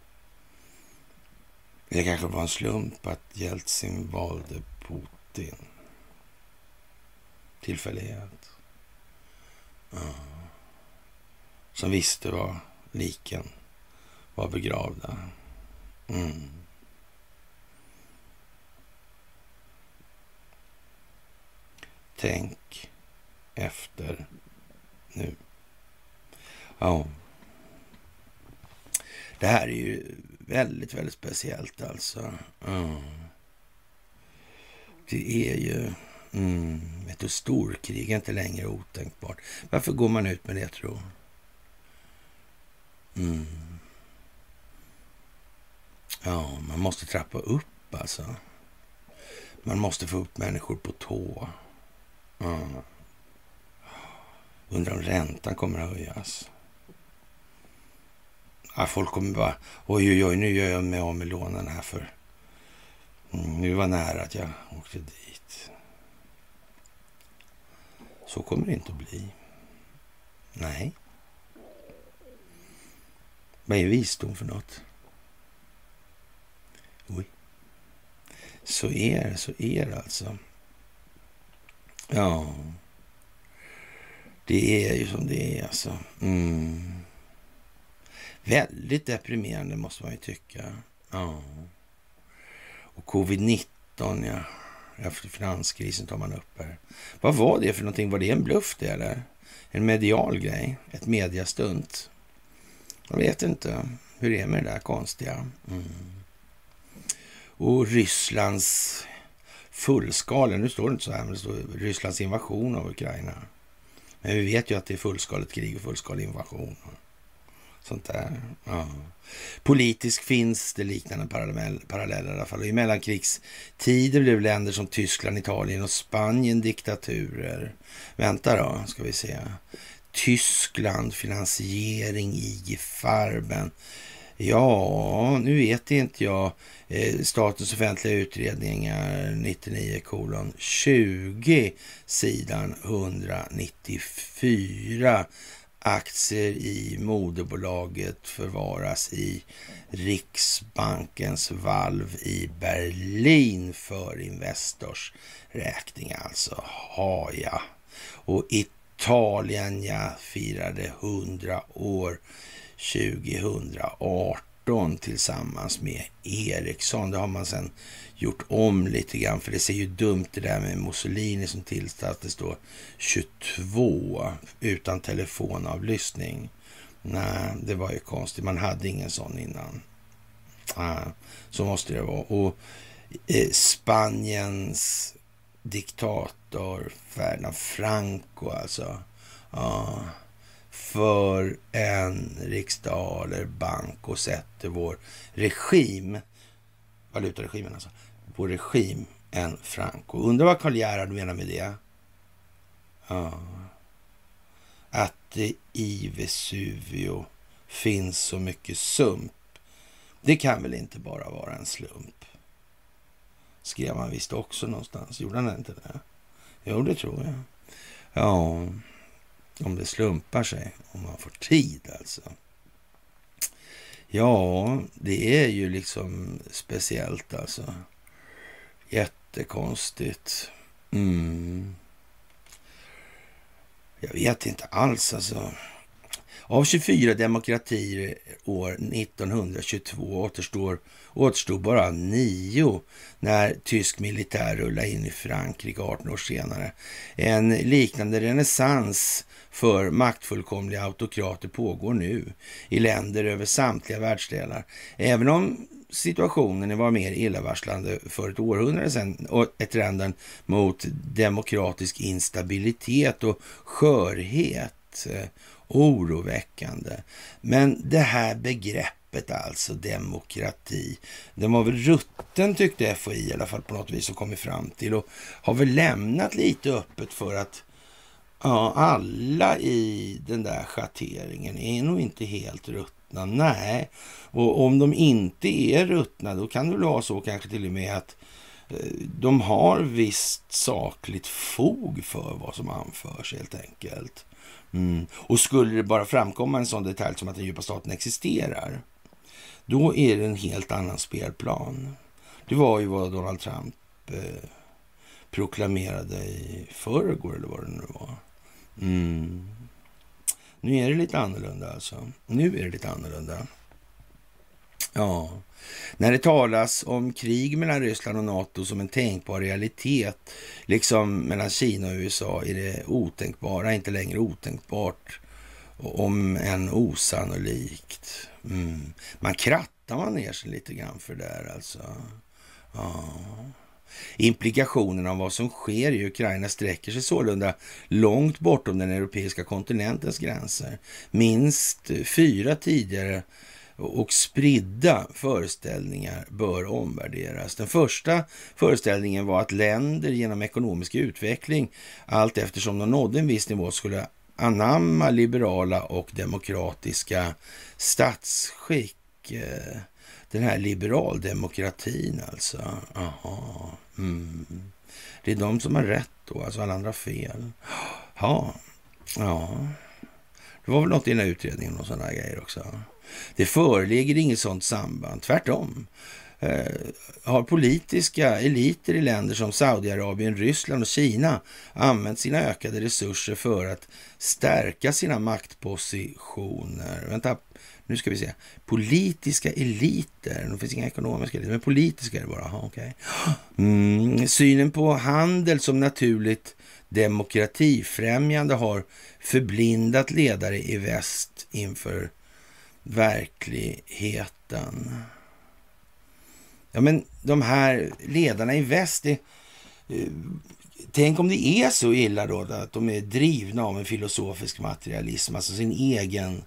Det kanske var en slump att Jeltsin valde Putin. Tillfällighet. Ja. Som visste vad liken var begravda. Mm. Tänk efter nu. Ja. Det här är ju väldigt, väldigt speciellt alltså. Ja. Det är ju... Mm, ett storkrig är inte längre otänkbart. Varför går man ut med det, tror? Mm. Ja, man måste trappa upp alltså. Man måste få upp människor på tå. Ja. Undrar om räntan kommer att höjas. Ja, folk kommer bara, oj, oj, oj, nu gör jag mig av med lånen här för mm, nu var nära att jag åkte dit. Så kommer det inte att bli. Nej. Vad är visdom för något? Oj. Så är det, så är det alltså. Ja. Det är ju som det är alltså. Mm. Väldigt deprimerande måste man ju tycka. Ja. Och covid nitton, ja. Efter finanskrisen tar man upp här. Vad var det för någonting? Var det en bluff det eller? En medial grej? Ett mediastunt? Jag vet inte hur det är med det där konstiga. Mm. Och Rysslands fullskala, nu står det inte så här, men det står Rysslands invasion av Ukraina. Men vi vet ju att det är fullskaligt krig och fullskalig invasion. Sånt där. Ja. Politiskt finns det liknande parallell, paralleller i alla fall. Och i mellankrigstider blev länder som Tyskland, Italien och Spanien diktaturer. Vänta då, ska vi se. Tyskland, finansiering, I G Farben. Ja, nu vet inte jag. Eh, Statens offentliga utredningar nittionio kolon tjugo, sidan etthundranittiofyra. Aktier i moderbolaget förvaras i Riksbankens valv i Berlin för Investors räkning. Alltså, ha ja. Och Italien, ja, firade hundra år tjugohundraarton tillsammans med Ericsson. Det har man sen gjort om lite grann, för det ser ju dumt det där med Mussolini som tillsatt. Det står tjugotvå utan telefonavlyssning. Nej, det var ju konstigt. Man hade ingen sån innan. Ja, så måste det vara. Och eh, Spaniens diktator Ferdinand Franco, alltså. Ja, för en riksdag eller bank och sätter vår regim, valutaregimen alltså, vår regim en Franco. Undrar vad Karl Gerhard menar med det? Ja. Att det i Vesuvio finns så mycket sump. Det kan väl inte bara vara en slump? Skrev man visst också någonstans. Gjorde han inte det? Jo, det tror jag. Ja, om det slumpar sig. Om man får tid alltså. Ja, det är ju liksom speciellt alltså. Jättekonstigt. Mm. Jag vet inte alls alltså. Av tjugofyra demokratier år nittonhundratjugotvå återstår, återstod bara nio när tysk militär rullade in i Frankrike arton år senare. En liknande renässans för maktfullkomliga autokrater pågår nu i länder över samtliga världsdelar. Även om situationen var mer illavarslande för ett århundrade sedan och ett trenden mot demokratisk instabilitet och skörhet, oroväckande. Men det här begreppet alltså demokrati, den var väl rutten tyckte F O I i alla fall på något vis och kommit fram till och har väl lämnat lite öppet för att ja, alla i den där schatteringen är nog inte helt ruttna. Nej, och om de inte är ruttna då kan det väl vara så kanske till och med att de har visst sakligt fog för vad som anförs helt enkelt. Mm. Och skulle det bara framkomma en sån detalj som att den djupa staten existerar, då är det en helt annan spelplan. Det var ju vad Donald Trump eh, proklamerade i förrgår eller vad det nu var. Mm. Nu är det lite annorlunda alltså. Nu är det lite annorlunda. Ja, när det talas om krig mellan Ryssland och NATO som en tänkbar realitet, liksom mellan Kina och U S A, är det otänkbara inte längre otänkbart, om än osannolikt. Mm. Man krattar man ner sig lite grann för det där alltså. Ja. Implikationen av vad som sker i Ukraina sträcker sig sålunda långt bortom den europeiska kontinentens gränser. Minst fyra tidigare och spridda föreställningar bör omvärderas. Den första föreställningen var att länder genom ekonomisk utveckling allt eftersom de nådde en viss nivå skulle anamma liberala och demokratiska statsskick. Den här liberaldemokratin alltså. Aha. Mm. Det är de som har rätt då, alltså alla andra fel. Ja, ja. Det var väl något i den här utredningen och sådana grejer också. Det föreligger inget sådant samband, tvärtom. eh, har politiska eliter i länder som Saudiarabien, Ryssland och Kina använt sina ökade resurser för att stärka sina maktpositioner. Vänta, nu ska vi se. Politiska eliter, det finns inga ekonomiska eliter, men politiska är det bara. Aha, okay. mm, synen på handel som naturligt demokratifrämjande har förblindat ledare i väst inför verkligheten. Ja, men de här ledarna i väst, det, eh, tänk om det är så illa då att de är drivna av en filosofisk materialism, alltså sin egen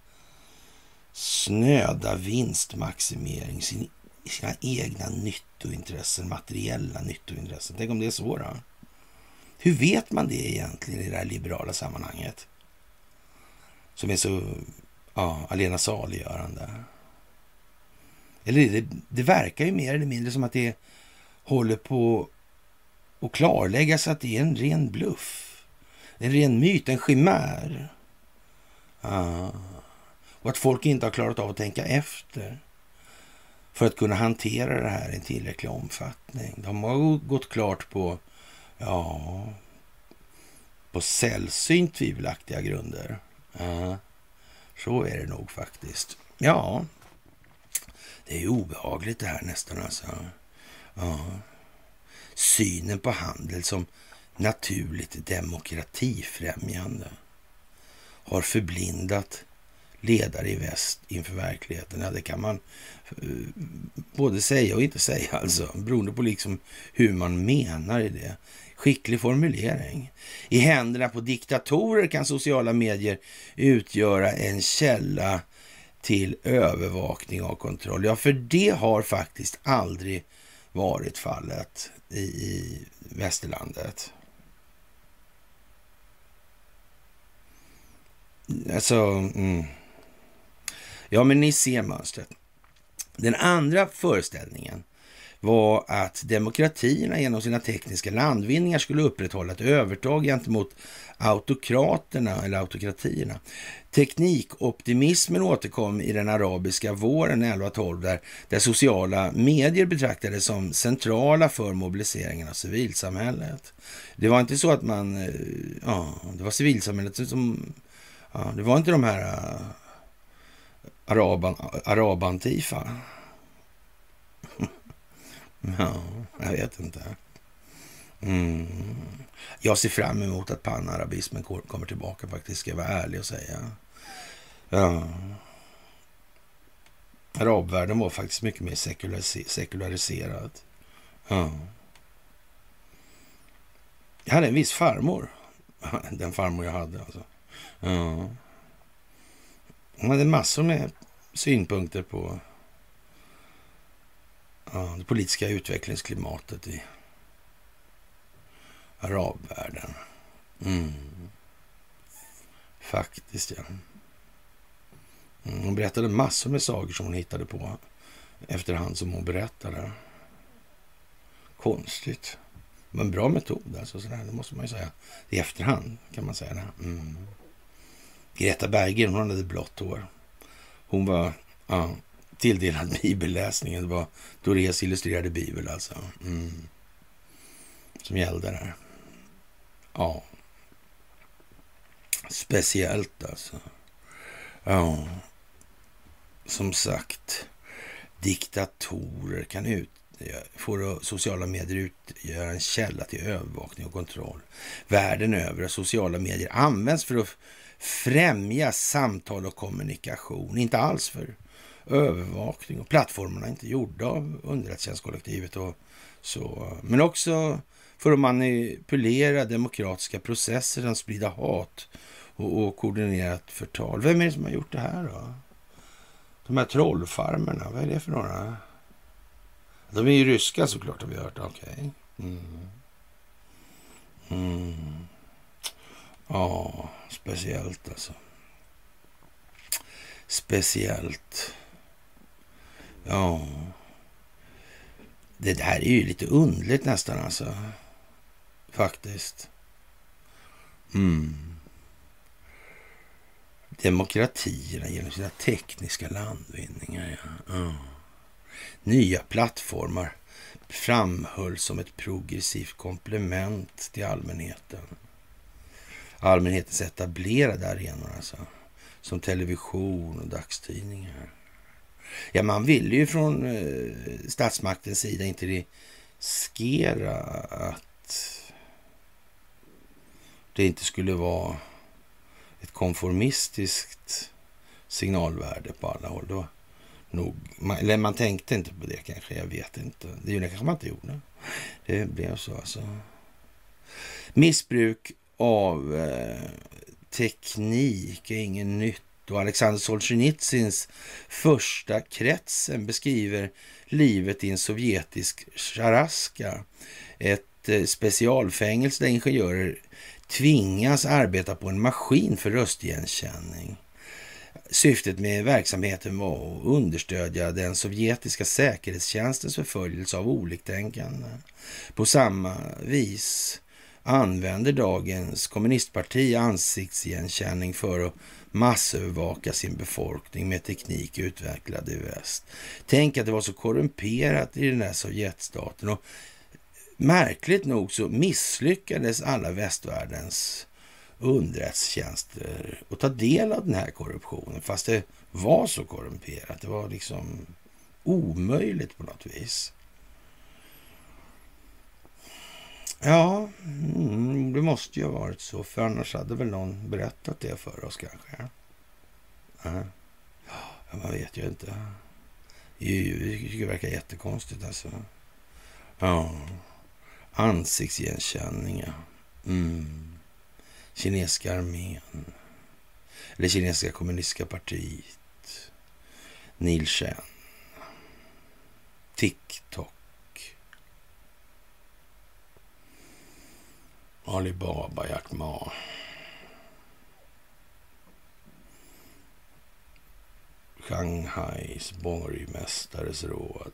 snöda vinstmaximering, sin, sina egna nyttointressen, materiella nyttointressen. Tänk om det är så då? Hur vet man det egentligen i det här liberala sammanhanget? Som är så ja, allena saliggörande. Eller det, det verkar ju mer eller mindre som att det håller på att klarläggas att det är en ren bluff. En ren myt, en chimär. Ja. Och att folk inte har klarat av att tänka efter för att kunna hantera det här i en tillräcklig omfattning. De har gått klart på ja, på sällsynt tvivelaktiga grunder. Ja, så är det nog faktiskt. Ja, det är ju obehagligt det här nästan alltså. Ja. Synen på handel som naturligt demokratifrämjande har förblindat ledare i väst inför verkligheten. Ja, det kan man uh, både säga och inte säga alltså, beroende på liksom hur man menar i det. Skicklig formulering. I händerna på diktatorer kan sociala medier utgöra en källa till övervakning och kontroll. Ja, för det har faktiskt aldrig varit fallet i, i västerlandet. Alltså, mm. ja men ni ser mönstret. Den andra föreställningen var att demokratierna genom sina tekniska landvinningar skulle upprätthålla ett övertag gentemot autokraterna eller autokratierna. Teknikoptimismen återkom i den arabiska våren elva tolv där, där sociala medier betraktades som centrala för mobiliseringen av civilsamhället. Det var inte så att man, ja, det var civilsamhället som, ja, det var inte de här uh, araban, arabantifa. Ja, jag vet inte. Mm. Jag ser fram emot att panarabismen kommer tillbaka faktiskt, ska jag vara ärlig och säga. Ja. Arabvärlden var faktiskt mycket mer sekularis- sekulariserad. Ja. Jag hade en viss farmor. Den farmor jag hade alltså. Ja. Hon hade massor med synpunkter på ja, det politiska utvecklingsklimatet i arabvärlden. Mm. Faktiskt, ja. Mm, hon berättade massor med saker som hon hittade på efterhand som hon berättade. Konstigt. Men en bra metod alltså, sådär, det måste man ju säga. I efterhand kan man säga det. Mm. Greta Berggren, hon hade blått hår. Hon var ja, tilldelad bibelläsningen. Det var Dorés illustrerade bibel alltså. Mm. Som gällde där. Ja. Speciellt alltså. Ja. Som sagt. Diktatorer kan ut får sociala medier utgöra en källa till övervakning och kontroll. Världen över sociala medier används för att främja samtal och kommunikation. Inte alls för övervakning, och plattformarna är inte gjorda av underrättelsetjänstkollektivet och så, men också för att manipulera demokratiska processer som sprida hat och, och koordinerat förtal. Vem är det som har gjort det här då? De här trollfarmerna, vad är det för några? De är ju ryska såklart, har vi hört. Okej. Okay. Mm. Mm. Ja, speciellt alltså. Speciellt. Ja. Det där är ju lite underligt nästan alltså. Faktiskt. Mm. Demokratierna genom sina tekniska landvinningar. Ja. Ja. nya plattformar framhölls som ett progressivt komplement till allmänheten. Allmänhetens etablerade arenor alltså, som television och dagstidningar. Ja, man ville ju från eh, statsmaktens sida inte riskera att det inte skulle vara ett konformistiskt signalvärde på alla håll. Då nog, man, eller man tänkte inte på det kanske, jag vet inte. Det, det kanske man inte gjorde. Det blev så alltså. Missbruk av eh, teknik är ingen nytt. Och Alexander Solzhenitsyns första kretsen beskriver livet i en sovjetisk sharaska. Ett eh, specialfängelse där ingenjörer tvingas arbeta på en maskin för röstigenkänning. Syftet med verksamheten var att understödja den sovjetiska säkerhetstjänstens förföljelse av oliktänkande. På samma vis använder dagens kommunistparti ansiktsigenkänning för att massövervaka sin befolkning med teknik utvecklad i väst. Tänk att det var så korrumperat i den här Sovjetstaten, och märkligt nog så misslyckades alla västvärldens underrättelsetjänster att ta del av den här korruptionen, fast det var så korrumperat. Det var liksom omöjligt på något vis. Ja, mm, det måste ju ha varit så, för annars hade väl någon berättat det för oss kanske. Ja, man vet ju inte. Det verkar jättekonstigt alltså. Ja, ansiktsigenkänning. Mm. Kinesiska armén. Eller kinesiska kommunistiska partiet. Neil Chen. TikTok. Alibaba, Jack Ma. Shanghais borgmästares råd.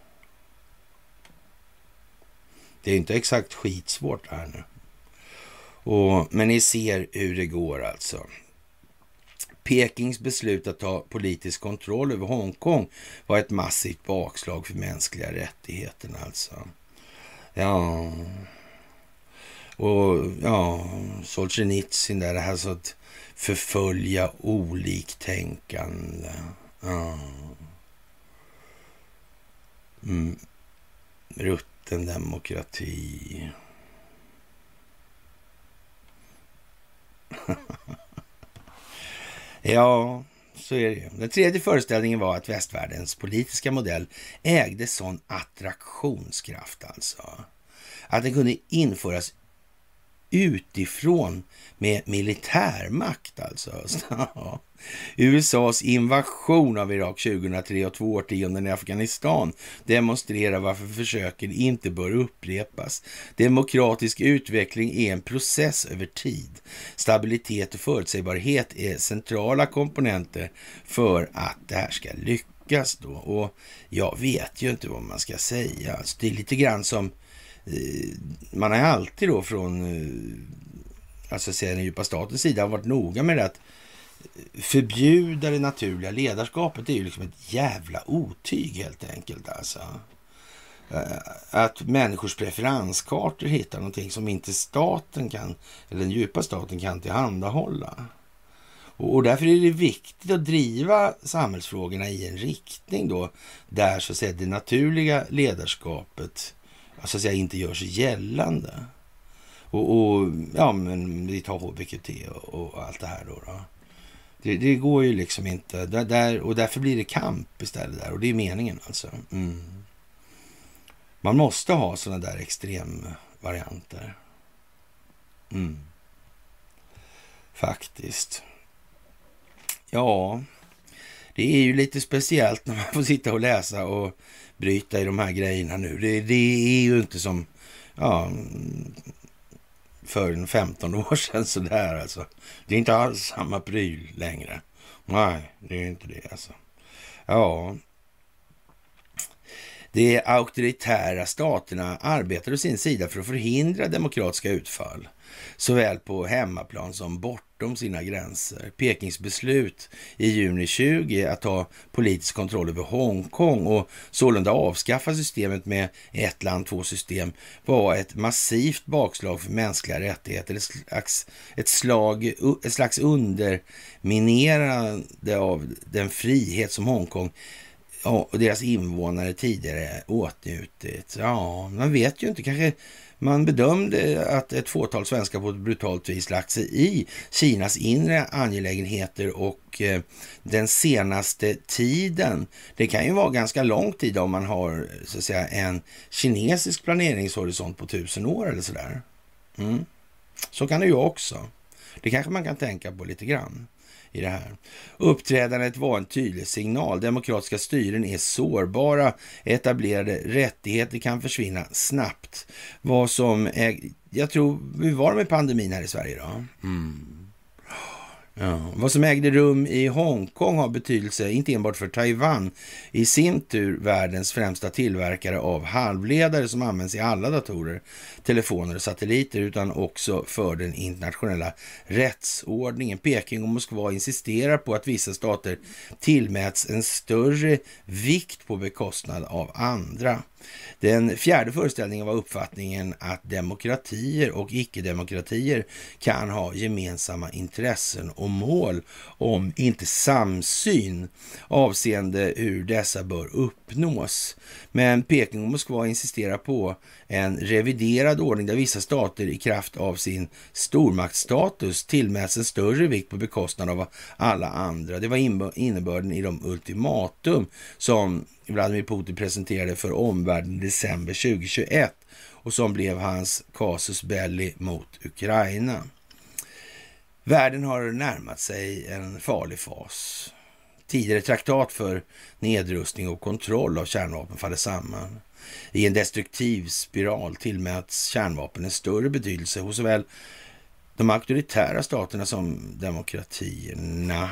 Det är inte exakt skitsvårt här nu. Och, men ni ser hur det går alltså. Pekings beslut att ta politisk kontroll över Hongkong var ett massivt bakslag för mänskliga rättigheterna alltså. Ja... Och ja, Solzhenitsyn där, det här så att förfölja oliktänkande. Ja. Mm. Rutten demokrati. Ja, så är det. Den tredje föreställningen var att västvärldens politiska modell ägde sån attraktionskraft alltså. Att den kunde införas utifrån med militärmakt alltså. U S A:s invasion av Irak tjugohundratre och två årtionden i Afghanistan demonstrerar varför försöken inte bör upprepas. Demokratisk utveckling är en process över tid. Stabilitet och förutsägbarhet är centrala komponenter för att det här ska lyckas då. Och jag vet ju inte vad man ska säga. Alltså, det är lite grann som man har alltid då från alltså säga den djupa statens sida varit noga med det att förbjuda det naturliga ledarskapet. Det är ju liksom ett jävla otyg helt enkelt alltså. Att människors preferenskartor hittar någonting som inte staten kan, eller den djupa staten kan tillhandahålla. Och därför är det viktigt att driva samhällsfrågorna i en riktning då där så att säga det naturliga ledarskapet alltså att säga inte gör sig gällande. Och, och ja, men vi tar H B Q T och, och allt det här då. då. Det, det går ju liksom inte. Där, där, och därför blir det kamp istället där. Och det är meningen alltså. Mm. Man måste ha sådana där extremvarianter. Mm. Faktiskt. Ja, det är ju lite speciellt när man får sitta och läsa och bryta i de här grejerna nu. Det, det är ju inte som ja, för femton år sedan så där alltså. Det är inte alls samma pryl längre. Nej, det är inte det alltså. Ja. De auktoritära staterna arbetar å sin sida för att förhindra demokratiska utfall, såväl på hemmaplan som bortom sina gränser. Pekings beslut i juni tjugo att ta politisk kontroll över Hongkong och sålunda avskaffa systemet med ett land, två system var ett massivt bakslag för mänskliga rättigheter. Ett slags, ett slag, ett slags underminerande av den frihet som Hongkong och deras invånare tidigare åtnjutit. Ja, man vet ju inte, kanske man bedömde att ett fåtal svenskar på ett brutalt vis lagt sig i Kinas inre angelägenheter och eh, den senaste tiden, det kan ju vara ganska lång tid om man har så att säga en kinesisk planeringshorisont på tusen år eller sådär. Mm. Så kan det ju också. Det kanske man kan tänka på lite grann i det här. Uppträdandet var en tydlig signal. Demokratiska styren är sårbara. Etablerade rättigheter kan försvinna snabbt. Vad som är, jag tror vi var med pandemin här i Sverige då. Mm. Ja. Vad som ägde rum i Hongkong har betydelse inte enbart för Taiwan, i sin tur världens främsta tillverkare av halvledare som används i alla datorer, telefoner och satelliter, utan också för den internationella rättsordningen. Peking och Moskva insisterar på att vissa stater tillmäts en större vikt på bekostnad av andra. Den fjärde föreställningen var uppfattningen att demokratier och icke-demokratier kan ha gemensamma intressen och mål, om inte samsyn avseende hur dessa bör uppnås. Men Peking och Moskva insisterar på en reviderad ordning där vissa stater i kraft av sin stormaktsstatus tillmäts en större vikt på bekostnad av alla andra. Det var innebörden i de ultimatum som Vladimir Putin presenterade för omvärlden i december tjugohundratjugoett och som blev hans casus belli mot Ukraina. Världen har närmat sig en farlig fas. Tidigare traktat för nedrustning och kontroll av kärnvapen faller samman. I en destruktiv spiral tillmäts kärnvapen en större betydelse hos såväl de auktoritära staterna som demokratierna,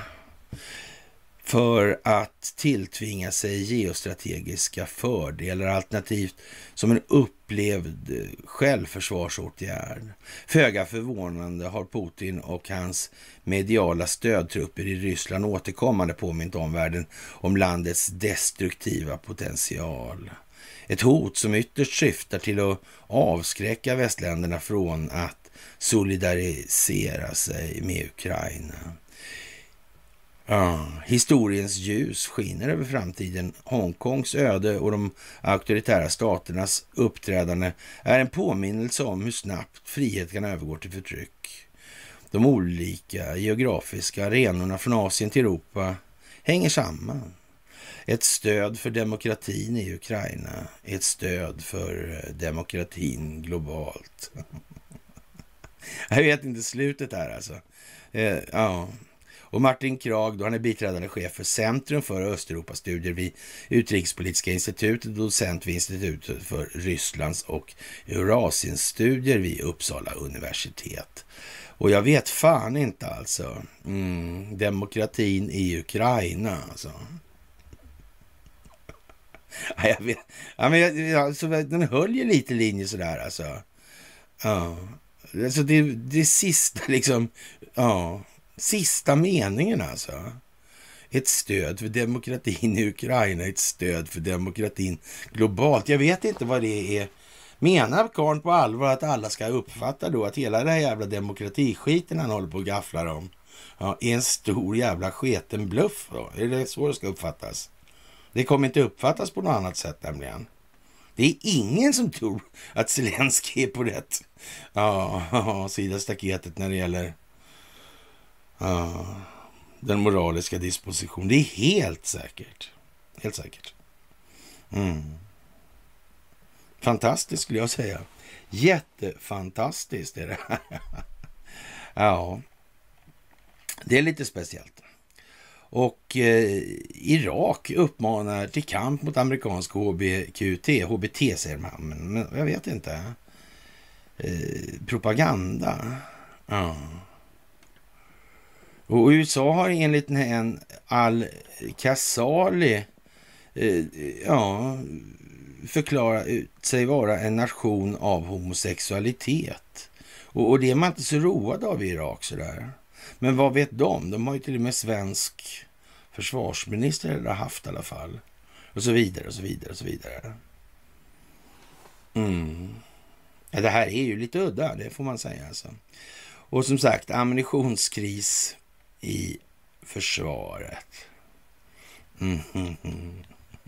för att tilltvinga sig geostrategiska fördelar, alternativt som en upplevd självförsvarsåtgärd. Föga förvånande har Putin och hans mediala stödtrupper i Ryssland återkommande påmint omvärlden om landets destruktiva potential. Ett hot som ytterst syftar till att avskräcka västländerna från att solidarisera sig med Ukraina. Ja, historiens ljus skiner över framtiden. Hongkongs öde och de auktoritära staternas uppträdande är en påminnelse om hur snabbt frihet kan övergå till förtryck. De olika geografiska arenorna från Asien till Europa hänger samman. Ett stöd för demokratin i Ukraina, ett stöd för demokratin globalt. Jag vet inte slutet här alltså. Eh, ja... Och Martin Krag, då han är biträdande chef för Centrum för Östeuropastudier vid Utrikespolitiska institutet, docent vid Institutet för Rysslands och Eurasienstudier vid Uppsala universitet. Och jag vet fan inte alltså. Mm, demokratin i Ukraina alltså. Ja, jag vet. Ja, men jag, jag, så den höll ju lite linje sådär alltså. Ja. Alltså det, det sista liksom, ja. Sista meningen alltså. Ett stöd för demokratin i Ukraina, ett stöd för demokratin globalt. Jag vet inte vad det är. Menar Karn på allvar att alla ska uppfatta då att hela det här jävla demokratiskiten han håller på att gafflar om, ja, är en stor jävla sketen bluff då? Är det så det ska uppfattas? Det kommer inte uppfattas på något annat sätt nämligen. Det är ingen som tror att Zelensky är på rätt ja, sida staketet när det gäller ja, den moraliska disposition. Det är helt säkert. Helt säkert. Mm. Fantastiskt skulle jag säga. Jättefantastiskt är det. Ja. Det är lite speciellt. Och eh, Irak uppmanar till kamp mot amerikansk H B Q T. H B T säger man, men jag vet inte. Eh, propaganda. Ja. Och U S A har enligt en Al-Khazali eh, ja, förklara sig vara en nation av homosexualitet. Och, och det är man inte så road av i Irak sådär. Men vad vet de? De har ju till och med svensk försvarsminister eller har haft i alla fall. Och så vidare och så vidare och så vidare. Mm. Ja, det här är ju lite udda, det får man säga alltså. Och som sagt, ammunitionskris i försvaret. Mm, mm, mm.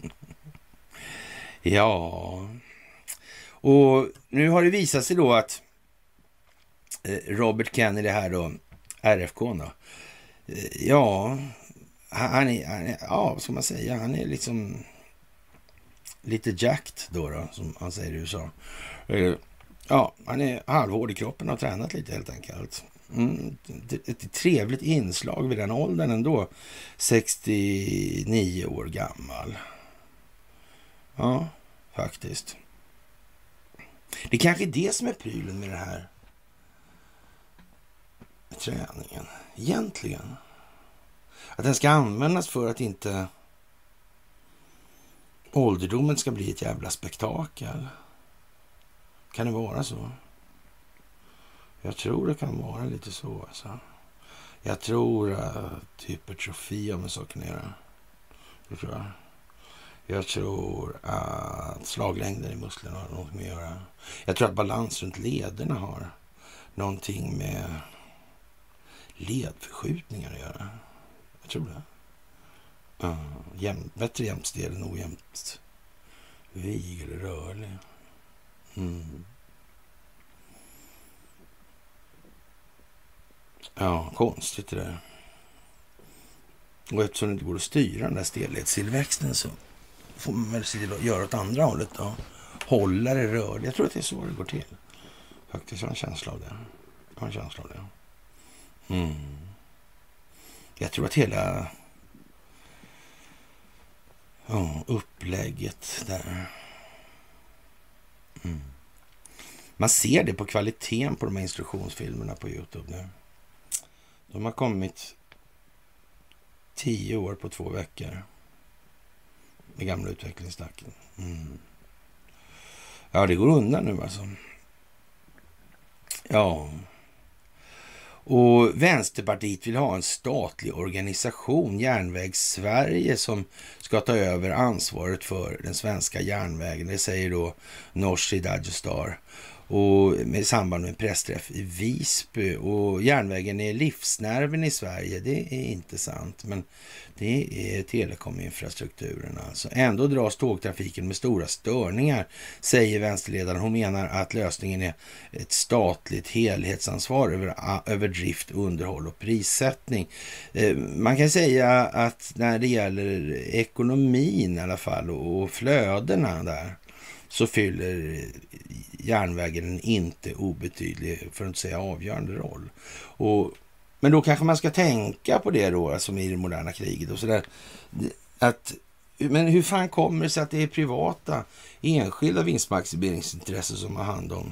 Ja, och nu har det visat sig då att Robert Kennedy här då, R F K då, ja, han är, han är, ja, vad ska man säga, han är liksom lite jacked då, då som han säger i U S A. Ja, han är halvhård i kroppen och har tränat lite helt enkelt. Mm, ett trevligt inslag vid den åldern ändå, sextionio år gammal. Ja, faktiskt. Det är kanske är det som är prylen med det här träningen. Egentligen. Att den ska användas för att inte ålderdomen ska bli ett jävla spektakel. Kan det vara så? Jag tror det kan vara lite så. Alltså. Jag tror att hypertrofi har med saker att göra. Det tror jag. Jag tror att slaglängden i musklerna har något med att göra. Jag tror att balans runt lederna har någonting med ledförskjutningar att göra. Jag tror det. Uh, jäm, bättre jämtstel än ojämnt vig eller rörlig. Mm. Ja, konstigt det där. Och eftersom det inte går att styra den där stelhetstillväxten så får man väl se till att göra åt andra hållet då. Hålla det rörligt. Jag tror att det är så det går till. Faktiskt har en känsla av det. Jag har en känsla av det. Mm. Jag tror att hela ja, upplägget där. Mm. Man ser det på kvaliteten på de här instruktionsfilmerna på YouTube nu. De har kommit tio år på två veckor. Med gamla utvecklingstakten. Mm. Ja, det går undan nu alltså. Ja. Och Vänsterpartiet vill ha en statlig organisation, Järnvägssverige, som ska ta över ansvaret för den svenska järnvägen. Det säger då Nooshi Dadgostar. Och med samband med en pressträff i Visby. Och järnvägen är livsnerven i Sverige. Det är inte sant, men det är telekominfrastrukturen alltså. Ändå dras tågtrafiken med stora störningar, säger vänsterledaren. Hon menar att lösningen är ett statligt helhetsansvar över, över drift, underhåll och prissättning. Man kan säga att när det gäller ekonomin i alla fall och flödena där, så fyller järnvägen en inte obetydlig, för att inte säga avgörande roll. Och, men då kanske man ska tänka på det då, som i det moderna kriget och sådär. Att, men hur fan kommer det sig att det är privata, enskilda vinstmaximeringsintressen som har hand om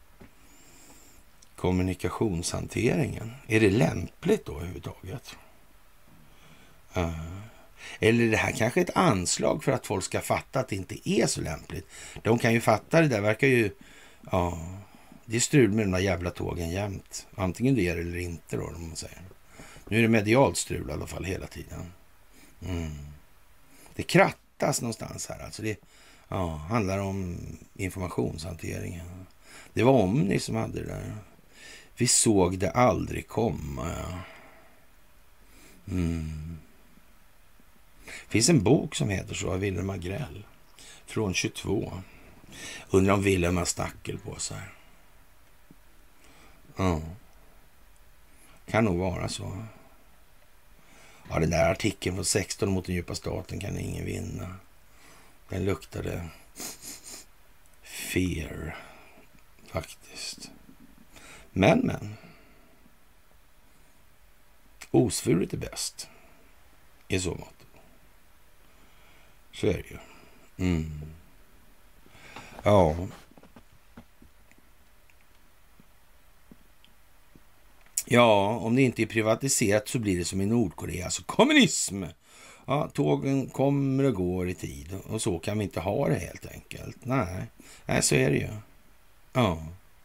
kommunikationshanteringen? Är det lämpligt då överhuvudtaget? Uh. Eller är det här kanske ett anslag för att folk ska fatta att det inte är så lämpligt? De kan ju fatta det där, verkar ju... Ja, det är strul med de där jävla tågen jämt. Antingen det är eller inte då, om man säger. Nu är det medialt strul i alla fall hela tiden. Mm. Det krattas någonstans här. Alltså det ja, handlar om informationshanteringen. Det var Omni som hade det där. Vi såg det aldrig komma. Ja. Mm. Det finns en bok som heter så av Wilhelm Agrell från tjugotvå. Undrar om Wilhelm har stackel på sig. Ja. Kan nog vara så. Ja, den där artikeln från sexton mot den djupa staten kan ingen vinna. Den luktade fear faktiskt. Men, men. Osvuret är bäst. I så mått. Så är det ju. Mm. Ja. Ja, om det inte är privatiserat så blir det som i Nordkorea. Alltså kommunism. ja, tågen kommer och går i tid och så kan vi inte ha det helt enkelt. Nej, Nej så är det ju. Ja.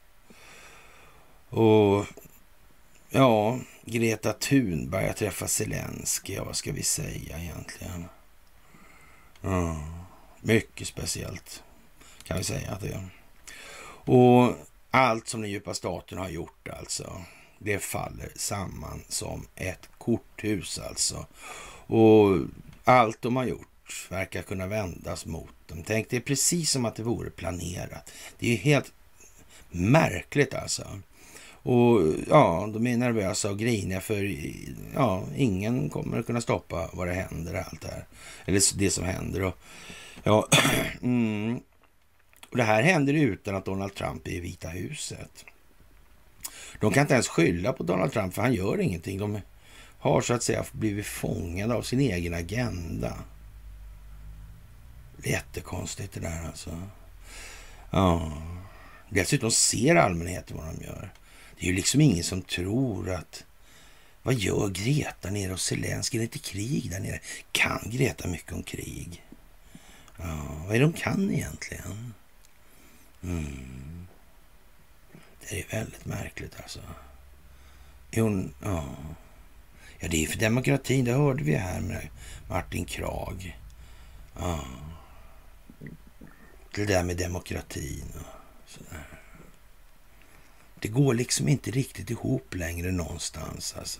Och ja, Greta Thunberg har träffat Zelensky. Ja, vad ska vi säga egentligen? Ja, mycket speciellt kan vi säga att det är. Och allt som den djupa staten har gjort alltså, det faller samman som ett korthus alltså. Och allt de har gjort verkar kunna vändas mot dem. Tänk, det är precis som att det vore planerat. Det är helt märkligt alltså. Och ja, de är nervösa och griniga för ja, ingen kommer att kunna stoppa vad det händer allt det här. Eller det som händer. Och, ja, mm, och det här händer utan att Donald Trump är i Vita huset. De kan inte ens skylla på Donald Trump för han gör ingenting. De har så att säga blivit fångade av sin egen agenda. Det är jättekonstigt det där alltså. Ja. Dessutom ser allmänheten vad de gör. Det är ju liksom ingen som tror att vad gör Greta nere hos Zelensky? Är det inte krig där nere? Kan Greta mycket om krig? Ja, vad är det de kan egentligen? Mm. Det är väldigt märkligt alltså. Hon, ja. ja, det är för demokratin. Det hörde vi här med Martin Krag. Ja. Det där med demokratin och sådär. Det går liksom inte riktigt ihop längre någonstans alltså.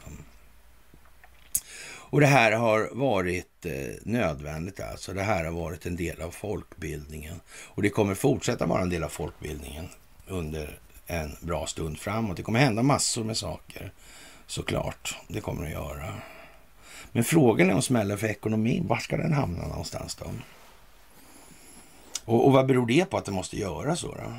Och det här har varit eh, nödvändigt alltså. Det här har varit en del av folkbildningen. Och det kommer fortsätta vara en del av folkbildningen under en bra stund framåt. Det kommer hända massor med saker. Såklart, det kommer att göra. Men frågan är om smällen för ekonomin. Var ska den hamna någonstans då? Och, och vad beror det på att det måste göra så då?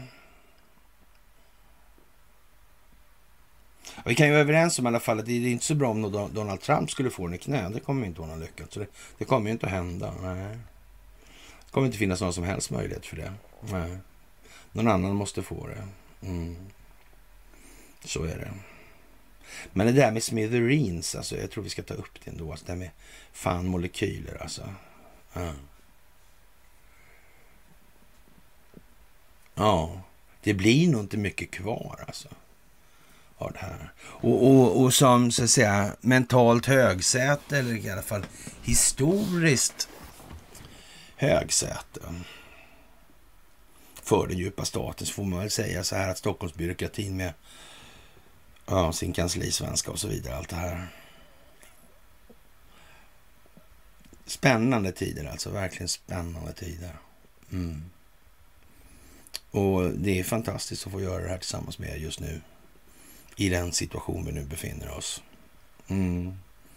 Vi kan ju vara överens om i alla fall att det är inte så bra om Donald Trump skulle få den i knä. Det kommer inte vara någon lyckat. Så det, det kommer ju inte att hända. Nej. Det kommer inte finnas någon som helst möjlighet för det. Nej. Någon annan måste få det. Mm. Så är det. Men det där med smithereens, alltså, jag tror vi ska ta upp det ändå. Alltså, det där med fan molekyler, alltså. Ja. Ja, det blir nog inte mycket kvar, alltså. Det här. Och, och, och som så att säga mentalt högsäte, eller i alla fall historiskt högsäte för den djupa staten, så får man väl säga så här att Stockholmsbyråkratin med ja, sin kanslisvenska och så vidare, allt det här. Spännande tider alltså, verkligen spännande tider. Mm. Och det är fantastiskt att få göra det här tillsammans med er just nu. I den situation vi nu befinner oss. Mm.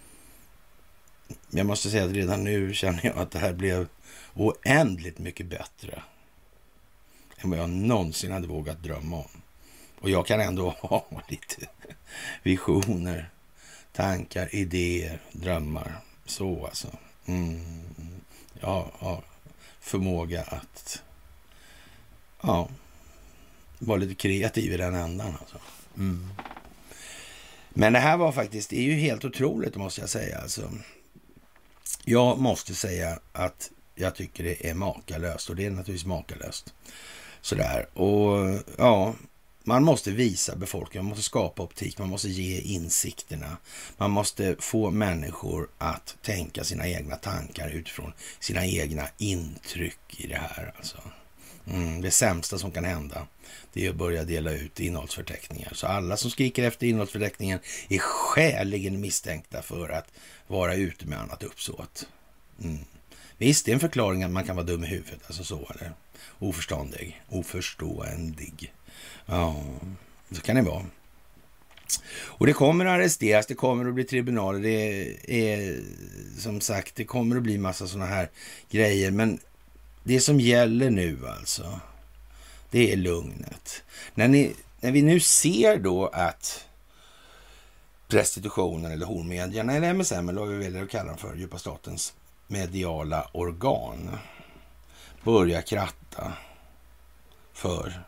Jag måste säga att redan nu känner jag att det här blev oändligt mycket bättre än vad jag någonsin hade vågat drömma om. Och jag kan ändå ha lite visioner, tankar, idéer, drömmar. Så alltså. Mm. Jag har förmåga att ja, vara lite kreativ i den ändan alltså. Mm. Men det här var faktiskt, det är ju helt otroligt måste jag säga alltså. Jag måste säga att jag tycker det är makalöst, och det är naturligtvis makalöst sådär. Och ja, man måste visa befolkningen, man måste skapa optik, man måste ge insikterna, man måste få människor att tänka sina egna tankar utifrån sina egna intryck i det här alltså. Mm, det sämsta som kan hända, det är att börja dela ut innehållsförteckningar. Så alla som skriker efter innehållsförteckningen är skäligen misstänkta för att vara ute med annat uppsåt. Mm. Visst, det är en förklaring att man kan vara dum i huvudet, alltså så, eller oförståndig, oförståendig. Ja, så kan det vara. Och det kommer att arresteras, det kommer att bli tribunaler, det är som sagt, det kommer att bli massa såna här grejer, men det som gäller nu alltså, det är lugnet. När, ni, när vi nu ser då att prostitutionen eller hormedierna, eller M S M, eller vad vi väljer att kalla dem för, djupa statens mediala organ, börjar kratta för,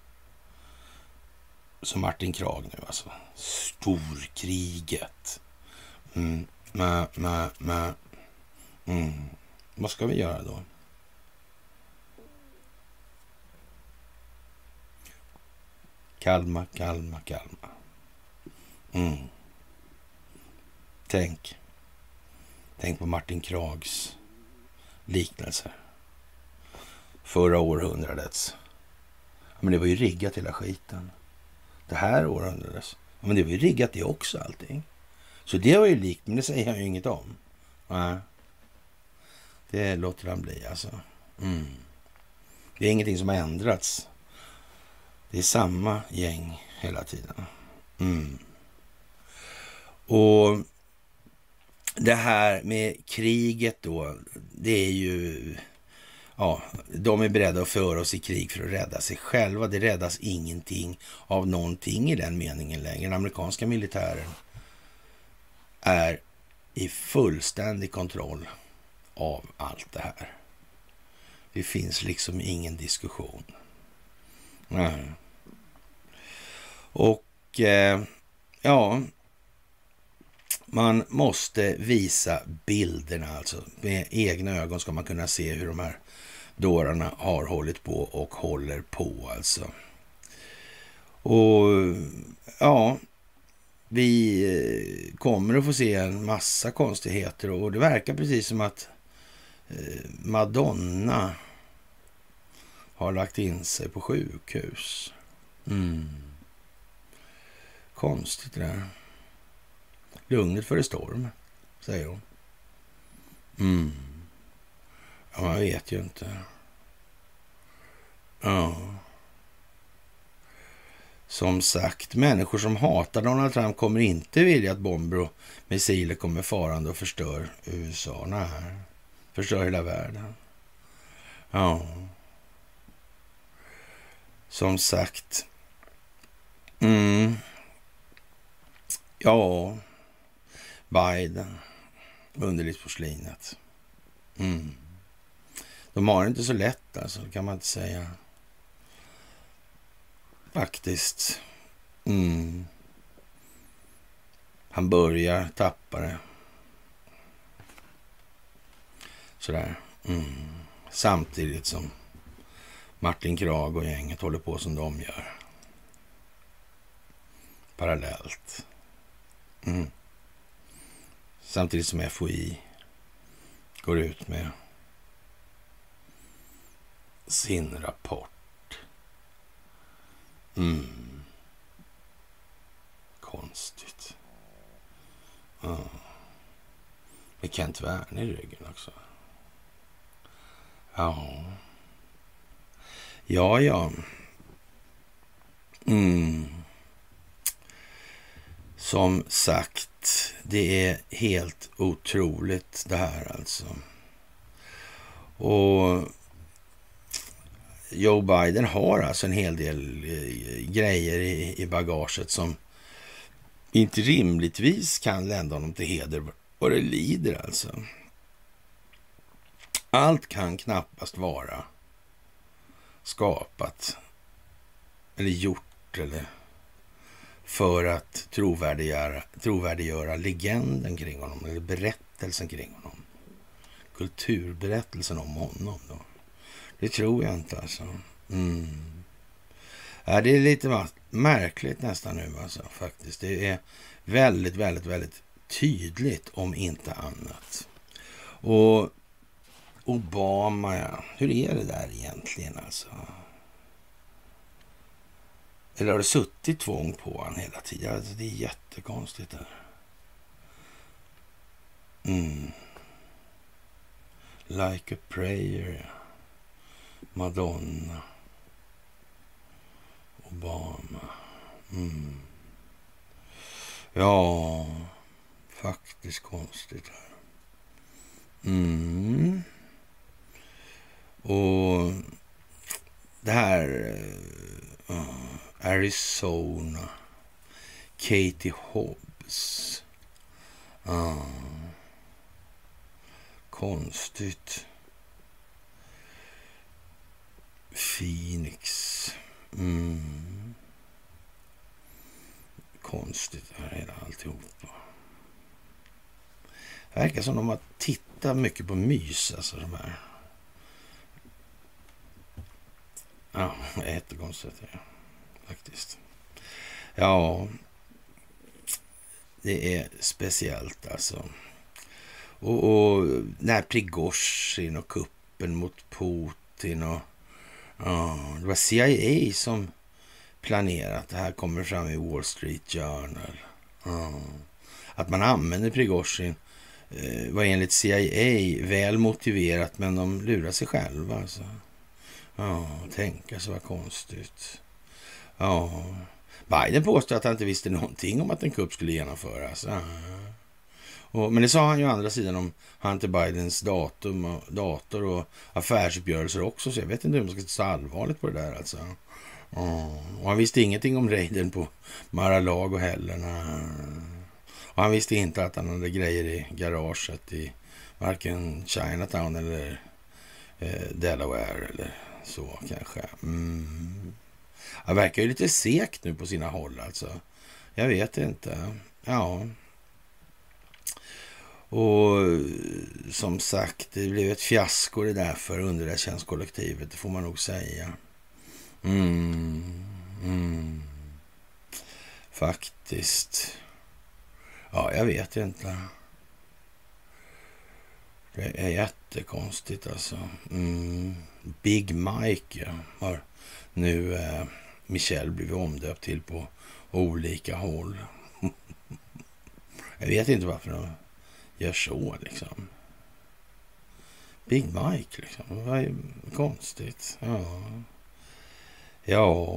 som Martin Krag nu alltså, storkriget. Mm, mä, mä, mä. Mm. Vad ska vi göra då? Kalmar, Kalmar, Kalmar. Mm. Tänk. Tänk på Martin Krags liknelse. Förra århundradets. Men det var ju riggat hela skiten. Det här århundradets. Men det var ju riggat det också allting. Så det var ju likt, men det säger han ju inget om. Nej. Det låter han bli alltså. Mm. Det är ingenting som har ändrats. Det är samma gäng hela tiden. Mm. Och det här med kriget då, det är ju... Ja, de är beredda att föra oss i krig för att rädda sig själva. Det räddas ingenting av någonting i den meningen längre. Den amerikanska militären är i fullständig kontroll av allt det här. Det finns liksom ingen diskussion. Nej. Och eh, ja, man måste visa bilderna alltså. Med egna ögon ska man kunna se hur de här dårarna har hållit på och håller på alltså. Och ja, vi kommer att få se en massa konstigheter och det verkar precis som att Madonna har lagt in sig på sjukhus. Mm. Konstigt det där. Lugnet före storm, säger hon. Mm. Ja, man vet ju inte. Ja. Som sagt, människor som hatar Donald Trump kommer inte vilja att bomber och missiler kommer farande och förstör U S A. Nej. Förstör hela världen. Ja. Som sagt. Mm. Ja. Biden. Underligt porslinet. Mm. De har inte så lätt alltså, kan man inte säga. Faktiskt. Mm. Han börjar tappa det. Sådär. Mm. Samtidigt som Martin Krag och gänget håller på som de gör. Parallellt. Mm. Samtidigt som F O I går ut med sin rapport. Mm. Konstigt. Ja. Med Kent Werner i ryggen också. Ja. Ja, ja. Mm. Som sagt, det är helt otroligt det här alltså. Och Joe Biden har alltså en hel del grejer i, i bagaget som inte rimligtvis kan lända honom till heder och det lider alltså. Allt kan knappast vara skapat eller gjort eller för att trovärdiggöra, trovärdiggöra legenden kring honom eller berättelsen kring honom. Kulturberättelsen om honom då. Det tror jag inte alltså. Mm. Ja, det är lite märkligt nästan nu alltså faktiskt. Det är väldigt, väldigt, väldigt tydligt om inte annat. Och Obama, ja. Hur är det där egentligen alltså? Eller har det suttit tvång på han hela tiden? Alltså, det är jättekonstigt där. Mm. Like a prayer. Madonna. Obama. Mm. Ja, faktiskt konstigt här. Mm. Och det här uh, Arizona, Katie Hobbs. Uh, konstigt. Phoenix. Mm. Konstigt här hela alltihopa. Det verkar som de har tittat tittar mycket på mys, alltså de här. Ja, det är jättekonstigt, ja, faktiskt. Ja, det är speciellt alltså. Och, och när Prigozjin och kuppen mot Putin och ja, det var C I A som planerat. Det här kommer fram i Wall Street Journal. Ja. Att man använder Prigozjin eh, var enligt C I A väl motiverat, men de lurar sig själva alltså. Ja, tänka så var konstigt. Ja, Biden påstår att han inte visste någonting om att en kupp skulle genomföras. Ja. Och, men det sa han ju å andra sidan om Hunter Bidens datum och dator och affärsuppgörelser också, så jag vet inte hur man ska ta så allvarligt på det där alltså. Ja. Och han visste ingenting om raiden på Mar-a-Lago heller. Nej. Och han visste inte att han hade grejer i garaget i varken Chinatown eller eh, Delaware eller så kanske. Mm. Han verkar ju lite sekt nu på sina håll alltså. Jag vet inte. Ja. Och som sagt, det blev ett fiasko det där för underrättelsetjänstkollektivet, det får man nog säga. Mm. Mm. Faktiskt. Ja, jag vet inte. Det är jättekonstigt alltså. Mm. Big Mike har nu eh, Michelle blivit omdöpt till på olika håll. Jag vet inte varför de gör så liksom. Big Mike liksom. Det var ju konstigt. Ja. Ja.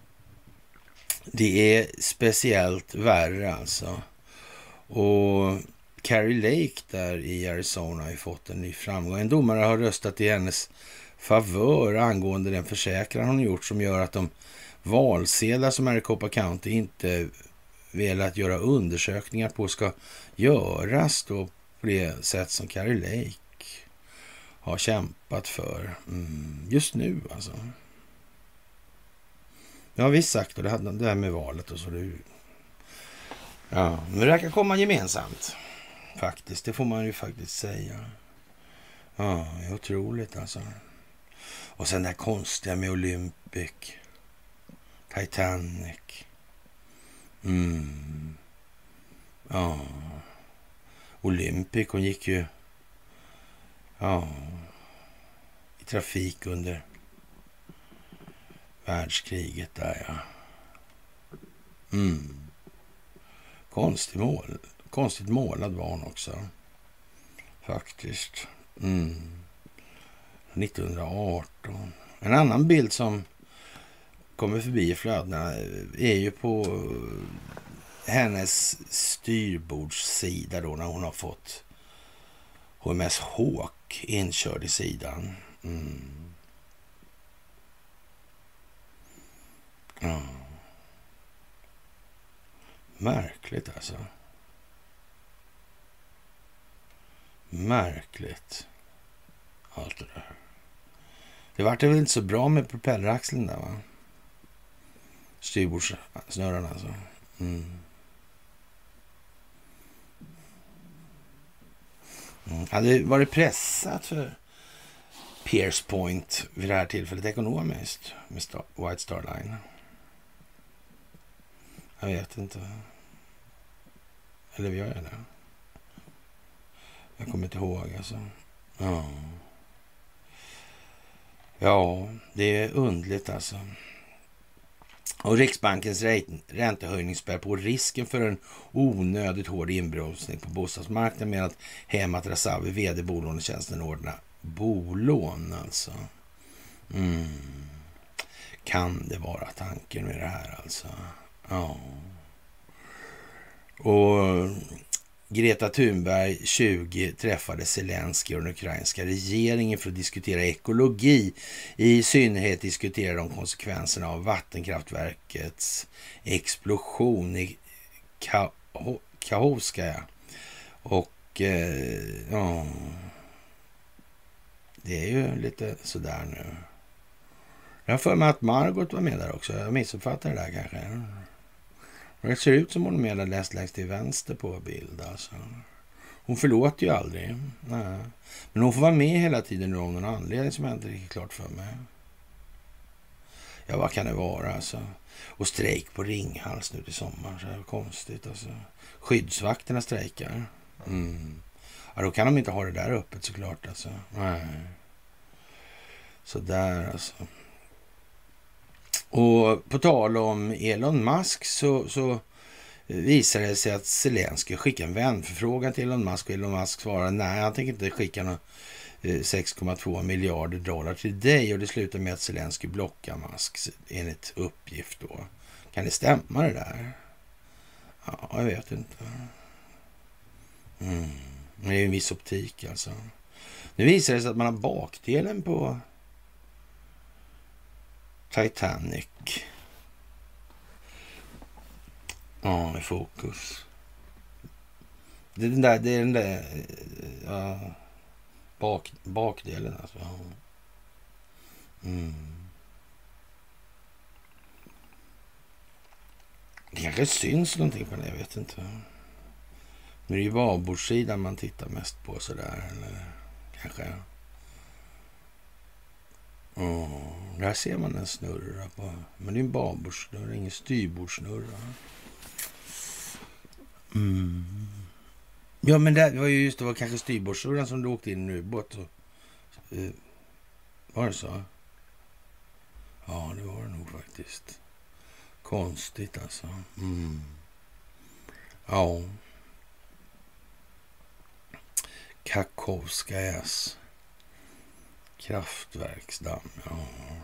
Det är speciellt värre alltså. Och Carrie Lake där i Arizona har ju fått en ny framgång. En domare har röstat i hennes favör angående den försäkran hon gjort, som gör att de valsedlar som Maricopa County inte velat göra undersökningar på ska göras då på det sätt som Carrie Lake har kämpat för. Mm, just nu alltså. Jag har visst sagt och det hade det här med valet och så. Det, ja, men det verkar komma gemensamt. Faktiskt, det får man ju faktiskt säga. Ja, det är otroligt alltså. Och sen det här konstiga med Olympic, Titanic. Mm. Ja. Olympic, hon gick ju ja, i trafik under världskriget där, ja. Mm. Konstigt mål. Konstigt målad var hon också. Faktiskt. Mm. nittonhundraarton. En annan bild som kommer förbi i flödena är ju på hennes styrbordssida då, när hon har fått H M S Hawk inkörd i sidan. Mm. Ja. Märkligt alltså. Märkligt. Allt det där. Det vart väl inte så bra med propelleraxeln där, va? Styrbordssnurran alltså. Mm. Mm. Hade varit pressat för Pierce Point vid det här tillfället ekonomiskt med Star, White Star Line? Jag vet inte. Eller gör jag det? Jag kommer inte ihåg alltså. Ja. Ja, det är undligt alltså. Och Riksbankens räntehöjning spär på risken för en onödigt hård inbromsning på bostadsmarknaden, med att Hemat Razavi, vd bolånetjänsten, ordnar bolån alltså. Mm. Kan det vara tanken med det här alltså? Ja. Och Greta Thunberg tjugo träffade Zelensky och den ukrainska regeringen för att diskutera ekologi. I synnerhet diskutera de konsekvenserna av vattenkraftverkets explosion i Kachovskaja. Och eh, ja, det är ju lite sådär nu. Jag har för mig att Margot var med där också. Jag missuppfattar det där kanske. Det ser ut som hon är med läst längst till vänster på bild alltså. Hon förlåter ju aldrig. Nej. Men hon får vara med hela tiden nu av någon anledning som jag inte riktigt klart för mig. Ja, vad kan det vara alltså? Och strejk på Ringhals nu till sommar. Så är det konstigt alltså. Skyddsvakterna strejkar. Mm. Ja, då kan de inte ha det där öppet såklart alltså. Nej. Så där alltså. Och på tal om Elon Musk så, så visar det sig att Zelenskyj skickar en vänförfrågan till Elon Musk och Elon Musk svarar nej, han tänker inte skicka några sex komma två miljarder dollar till dig, och det slutar med att Zelenskyj blockar Musk enligt uppgift då. Kan det stämma det där? Ja, jag vet inte. Mm. Men det är ju en viss optik alltså. Nu visar det sig att man har bakdelen på Titanic. Ja, i fokus. Det är den där, det är den där ja, bak, bakdelen alltså. Mm. Det kanske syns någonting på det, jag vet inte. Nu är det ju babordssidan man tittar mest på sådär, eller kanske. Oh, där ser man en snurra på. Men det är en babordssnurra, ingen styrbordssnurra. Mm. Ja, men det var ju just det var kanske styrbordssnurran som du åkte in i en ubåt. Uh, var det så? Ja, det var det nog faktiskt. Konstigt alltså. Mm. Ja. Kakhovskajas kraftverksdamm. Ja.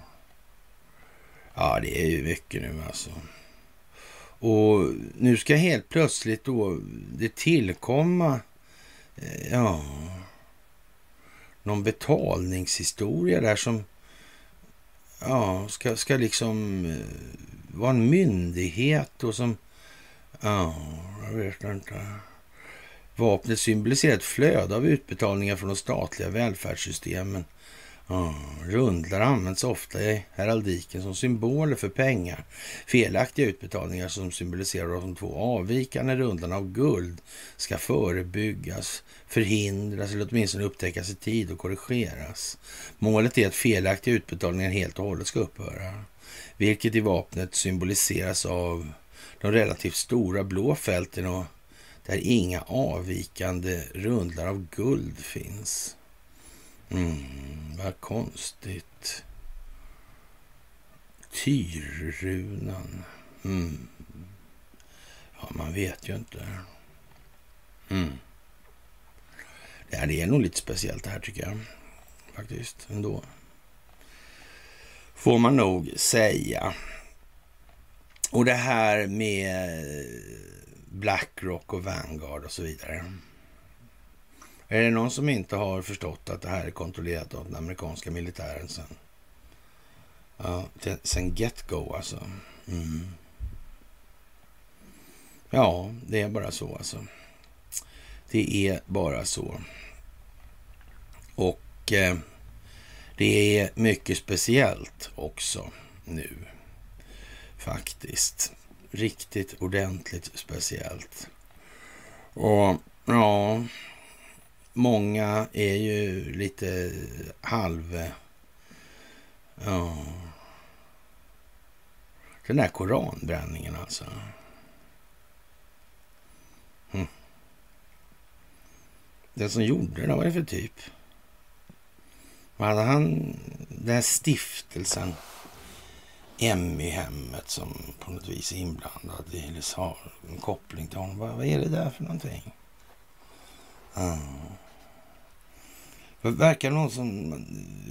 Ja, det är ju mycket nu alltså. Och nu ska helt plötsligt då det tillkomma ja, någon betalningshistoria där som ja, ska, ska liksom vara en myndighet och som ja, jag vet inte. Vapnet symboliserar ett flöde av utbetalningar från de statliga välfärdssystemen. Ja, rundlar används ofta i heraldiken som symboler för pengar. Felaktiga utbetalningar som symboliserar de två avvikande rundlarna av guld ska förebyggas, förhindras eller åtminstone upptäckas i tid och korrigeras. Målet är att felaktiga utbetalningar helt och hållet ska upphöra, vilket i vapnet symboliseras av de relativt stora blå fälten och där inga avvikande rundlar av guld finns. Mm, vad konstigt. Tyrrunan. Mm. Ja, man vet ju inte. Mm. Ja, det är nog lite speciellt det här tycker jag. Faktiskt, ändå. Får man nog säga. Och det här med BlackRock och Vanguard och så vidare. Är det någon som inte har förstått att det här är kontrollerat av den amerikanska militären sen? Ja, sen get-go alltså. Mm. Ja, det är bara så alltså. Det är bara så. Och eh, det är mycket speciellt också nu. Faktiskt. Riktigt ordentligt speciellt. Och ja, många är ju lite halv... Ja. Den där koranbränningen alltså. Hm. Den som gjorde det, vad var det för typ? Vad hade han... Den här stiftelsen... Emmy-hemmet som på något vis är inblandad i, eller har en koppling till honom. Vad, vad är det där för någonting? Mm. Det verkar någon som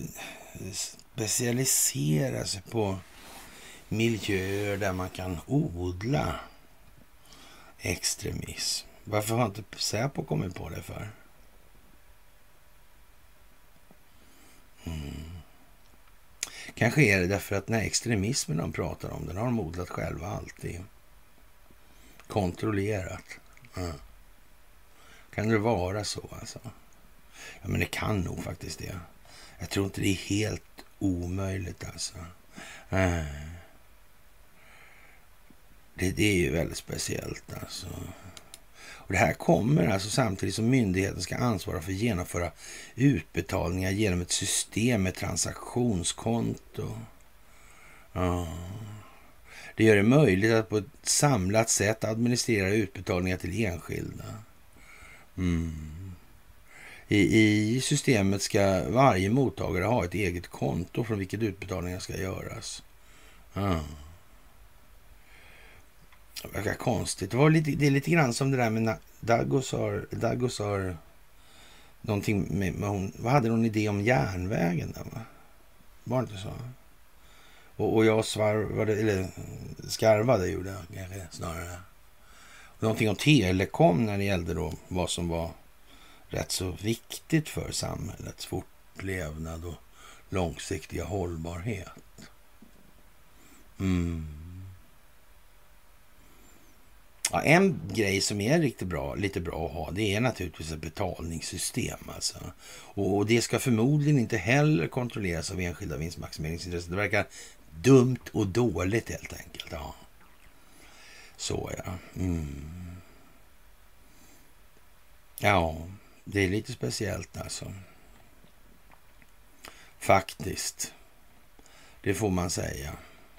specialiserar sig på miljöer där man kan odla extremism. Varför har inte Säpo kommit på det för? Mm. Kanske är det därför att den här extremismen de pratar om, den har de odlat själva alltid. Kontrollerat. Mm. Kan det vara så alltså? Ja, men det kan nog faktiskt det. Jag tror inte det är helt omöjligt alltså. Mm. Det, det är ju väldigt speciellt alltså. Och det här kommer alltså samtidigt som myndigheten ska ansvara för att genomföra utbetalningar genom ett system med transaktionskonto. Ja. Det gör det möjligt att på ett samlat sätt administrera utbetalningar till enskilda. Mm. I, I systemet ska varje mottagare ha ett eget konto från vilket utbetalningar ska göras. Ja. Det verkar konstigt. Det, var lite, det är lite grann som det där med Dagosar. Dagosar någonting med, med hon. Vad hade hon idé om järnvägen där, va? Var det inte så? Och, och jag svarvade, eller skarvade gjorde jag snarare. Någonting om telekom när det gällde då vad som var rätt så viktigt för samhällets fortlevnad och långsiktiga hållbarhet. Mm. Ja, en grej som är riktigt bra, lite bra att ha, det är naturligtvis ett betalningssystem. Alltså. Och, och det ska förmodligen inte heller kontrolleras av enskilda vinstmaximeringsintressen. Det verkar dumt och dåligt helt enkelt. Ja. Så ja. Mm. Ja, det är lite speciellt alltså. Faktiskt. Det får man säga.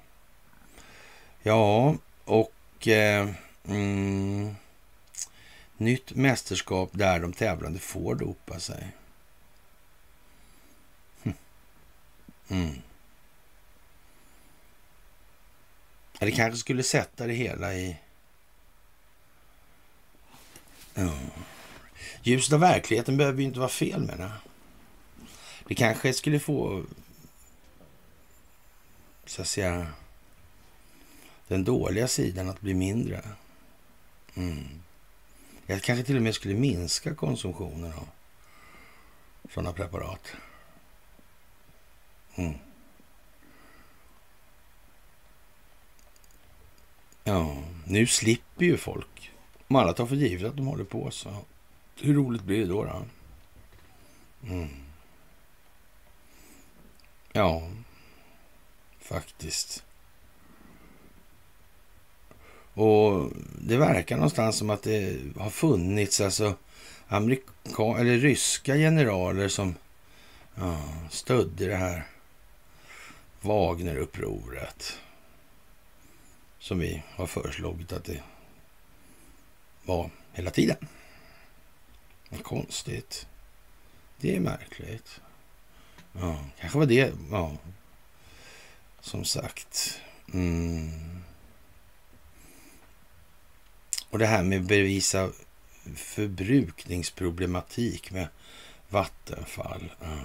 Ja, och eh, mm, nytt mästerskap där de tävlande får dopa sig. Mm. Det kanske skulle sätta det hela i... Ja. Ljuset av verkligheten behöver ju inte vara fel med det. Det kanske skulle få, så att säga, den dåliga sidan att bli mindre. Mm. Jag kanske till och med skulle minska konsumtionen av sådana preparat. Mm. Ja, nu slipper ju folk. Om alla tar för givet att de håller på så. Hur roligt blir det då? då? Mm. Ja, faktiskt. Och det verkar någonstans som att det har funnits alltså amerika- eller ryska generaler som ja, stödde det här Wagner-upproret. Som vi har föreslagit att det var hela tiden. Vad konstigt. Det är märkligt. Ja, kanske var det, ja. Som sagt. Mm. Och det här med bevisa förbrukningsproblematik med Vattenfall. Ja.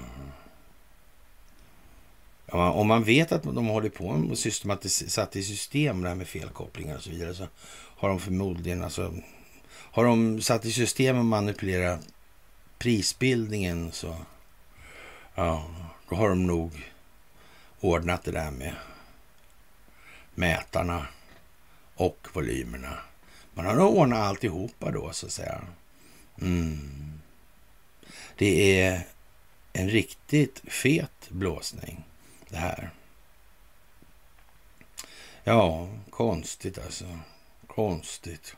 Ja, om man vet att de håller på och systematiserat i system det här med felkopplingar och så vidare, så har de förmodligen alltså, har de satt i system att manipulera prisbildningen, så ja, då har de nog ordnat det där med mätarna och volymerna. Man har nog ordnat alltihopa då, så att säga. Mm. Det är en riktigt fet blåsning det här. Ja, konstigt alltså. Konstigt.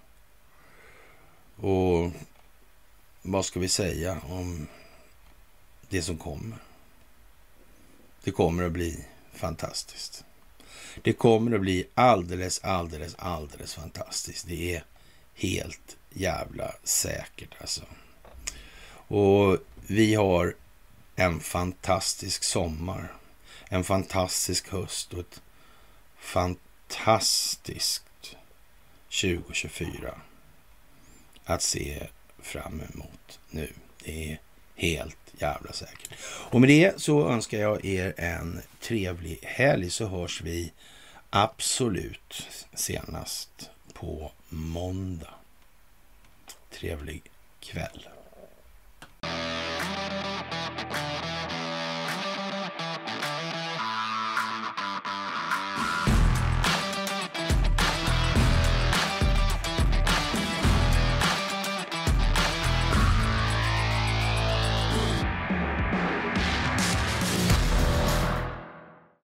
Och vad ska vi säga om det som kommer? Det kommer att bli fantastiskt. Det kommer att bli alldeles, alldeles, alldeles fantastiskt. Det är helt jävla säkert alltså. Och vi har en fantastisk sommar. En fantastisk höst och ett fantastiskt tjugo tjugofyra att se fram emot nu. Det är helt jävla säkert. Och med det så önskar jag er en trevlig helg, så hörs vi absolut senast på måndag. Trevlig kväll.